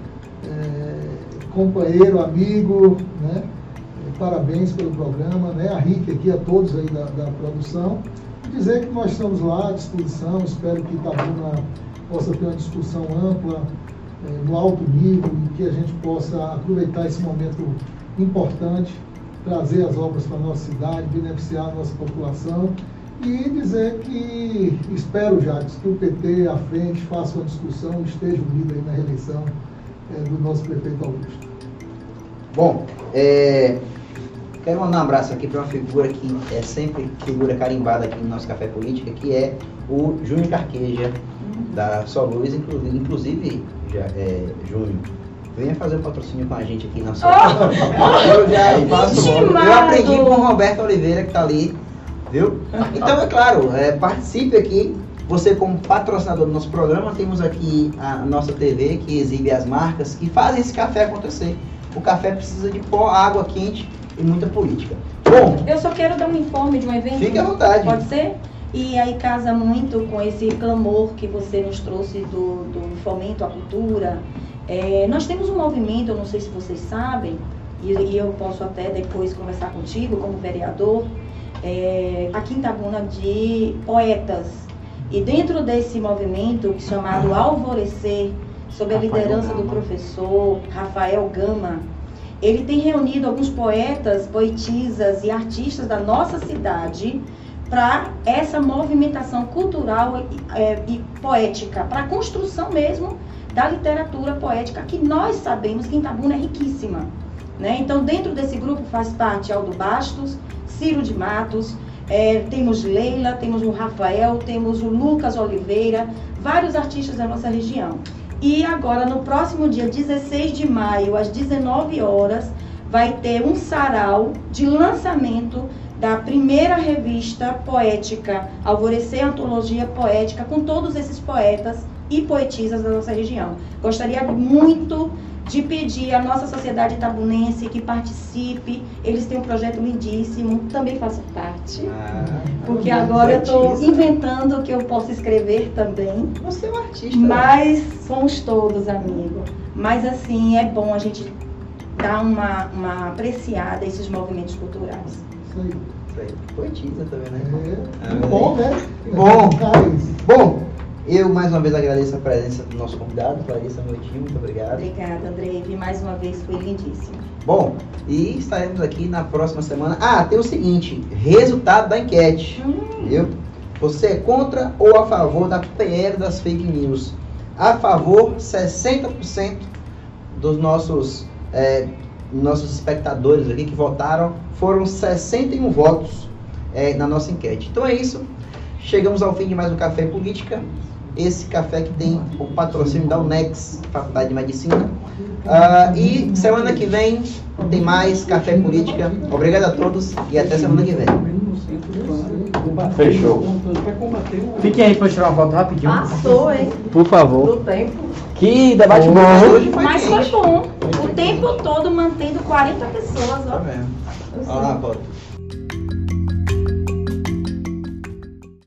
é, companheiro, amigo, né? Parabéns pelo programa, né? A Rick aqui, a todos aí da, da produção. E dizer que nós estamos lá à disposição, espero que Itabuna possa ter uma discussão ampla, é, no alto nível, e que a gente possa aproveitar esse momento importante, trazer as obras para a nossa cidade, beneficiar a nossa população, e dizer que espero, Jacques, que o P T à frente faça uma discussão, esteja unido aí na reeleição é, do nosso prefeito Augusto. Bom, é, quero mandar um abraço aqui para uma figura que é sempre figura carimbada aqui no nosso Café Política, que é o Júnior Carqueja, da Soluz, inclusive, inclusive já, é, Júnior, venha fazer o patrocínio com a gente aqui na Soluz. Oh, eu já faço logo. Eu aprendi com o Roberto Oliveira, que está ali, viu? Então, é claro, é, participe aqui. Você, como patrocinador do nosso programa, temos aqui a nossa T V, que exibe as marcas que fazem esse café acontecer. O café precisa de pó, água quente e muita política. Bom, eu só quero dar um informe de um evento. Fique à vontade. Pode ser? E aí casa muito com esse clamor que você nos trouxe do, do fomento à cultura. É, nós temos um movimento, eu não sei se vocês sabem, e, e eu posso até depois conversar contigo como vereador, é, aqui em Itabuna, de poetas. E dentro desse movimento, chamado Alvorecer, sob a liderança do professor Rafael Gama, ele tem reunido alguns poetas, poetisas e artistas da nossa cidade para essa movimentação cultural e, é, e poética, para a construção mesmo da literatura poética, que nós sabemos que em Itabuna é riquíssima, né? Então, dentro desse grupo faz parte Aldo Bastos, Ciro de Matos, é, temos Leila, temos o Rafael, temos o Lucas Oliveira, vários artistas da nossa região. E agora, no próximo dia dezesseis de maio, às dezenove horas, vai ter um sarau de lançamento da primeira revista poética, Alvorecer Antologia Poética, com todos esses poetas e poetisas da nossa região. Gostaria muito de pedir à nossa sociedade itabunense que participe. Eles têm um projeto lindíssimo, também faço parte, Ah, porque agora eu estou inventando que eu posso escrever também. Você é um artista. Mas somos todos amigos. Mas assim, é bom a gente dar uma, uma apreciada a esses movimentos culturais. Isso aí. Isso aí. Poetisa também, né? É, Ah, bom, né? Bom. É, Bom, eu mais uma vez agradeço a presença do nosso convidado, Clarissa Moitinho, muito obrigado. Obrigada, Andrei. E mais uma vez foi lindíssimo. Bom, e estaremos aqui na próxima semana. Ah, tem o seguinte, resultado da enquete, Hum. viu? Você é contra ou a favor da P L das fake news? A favor, sessenta por cento dos nossos, é, nossos espectadores aqui que votaram, foram sessenta e um votos é, na nossa enquete. Então é isso, chegamos ao fim de mais um Café Política. Esse café que tem o patrocínio da UNEX, Faculdade de Medicina. Ah, e semana que vem tem mais Café Política. Obrigado a todos e até semana que vem. Fechou. Fiquem aí para tirar uma foto rapidinho. Passou, hein? Por favor. Do tempo. Que debate bom. Hoje foi Mas foi quente. bom. O tempo todo mantendo quarenta pessoas, Tá ó. vendo? Olha lá a foto.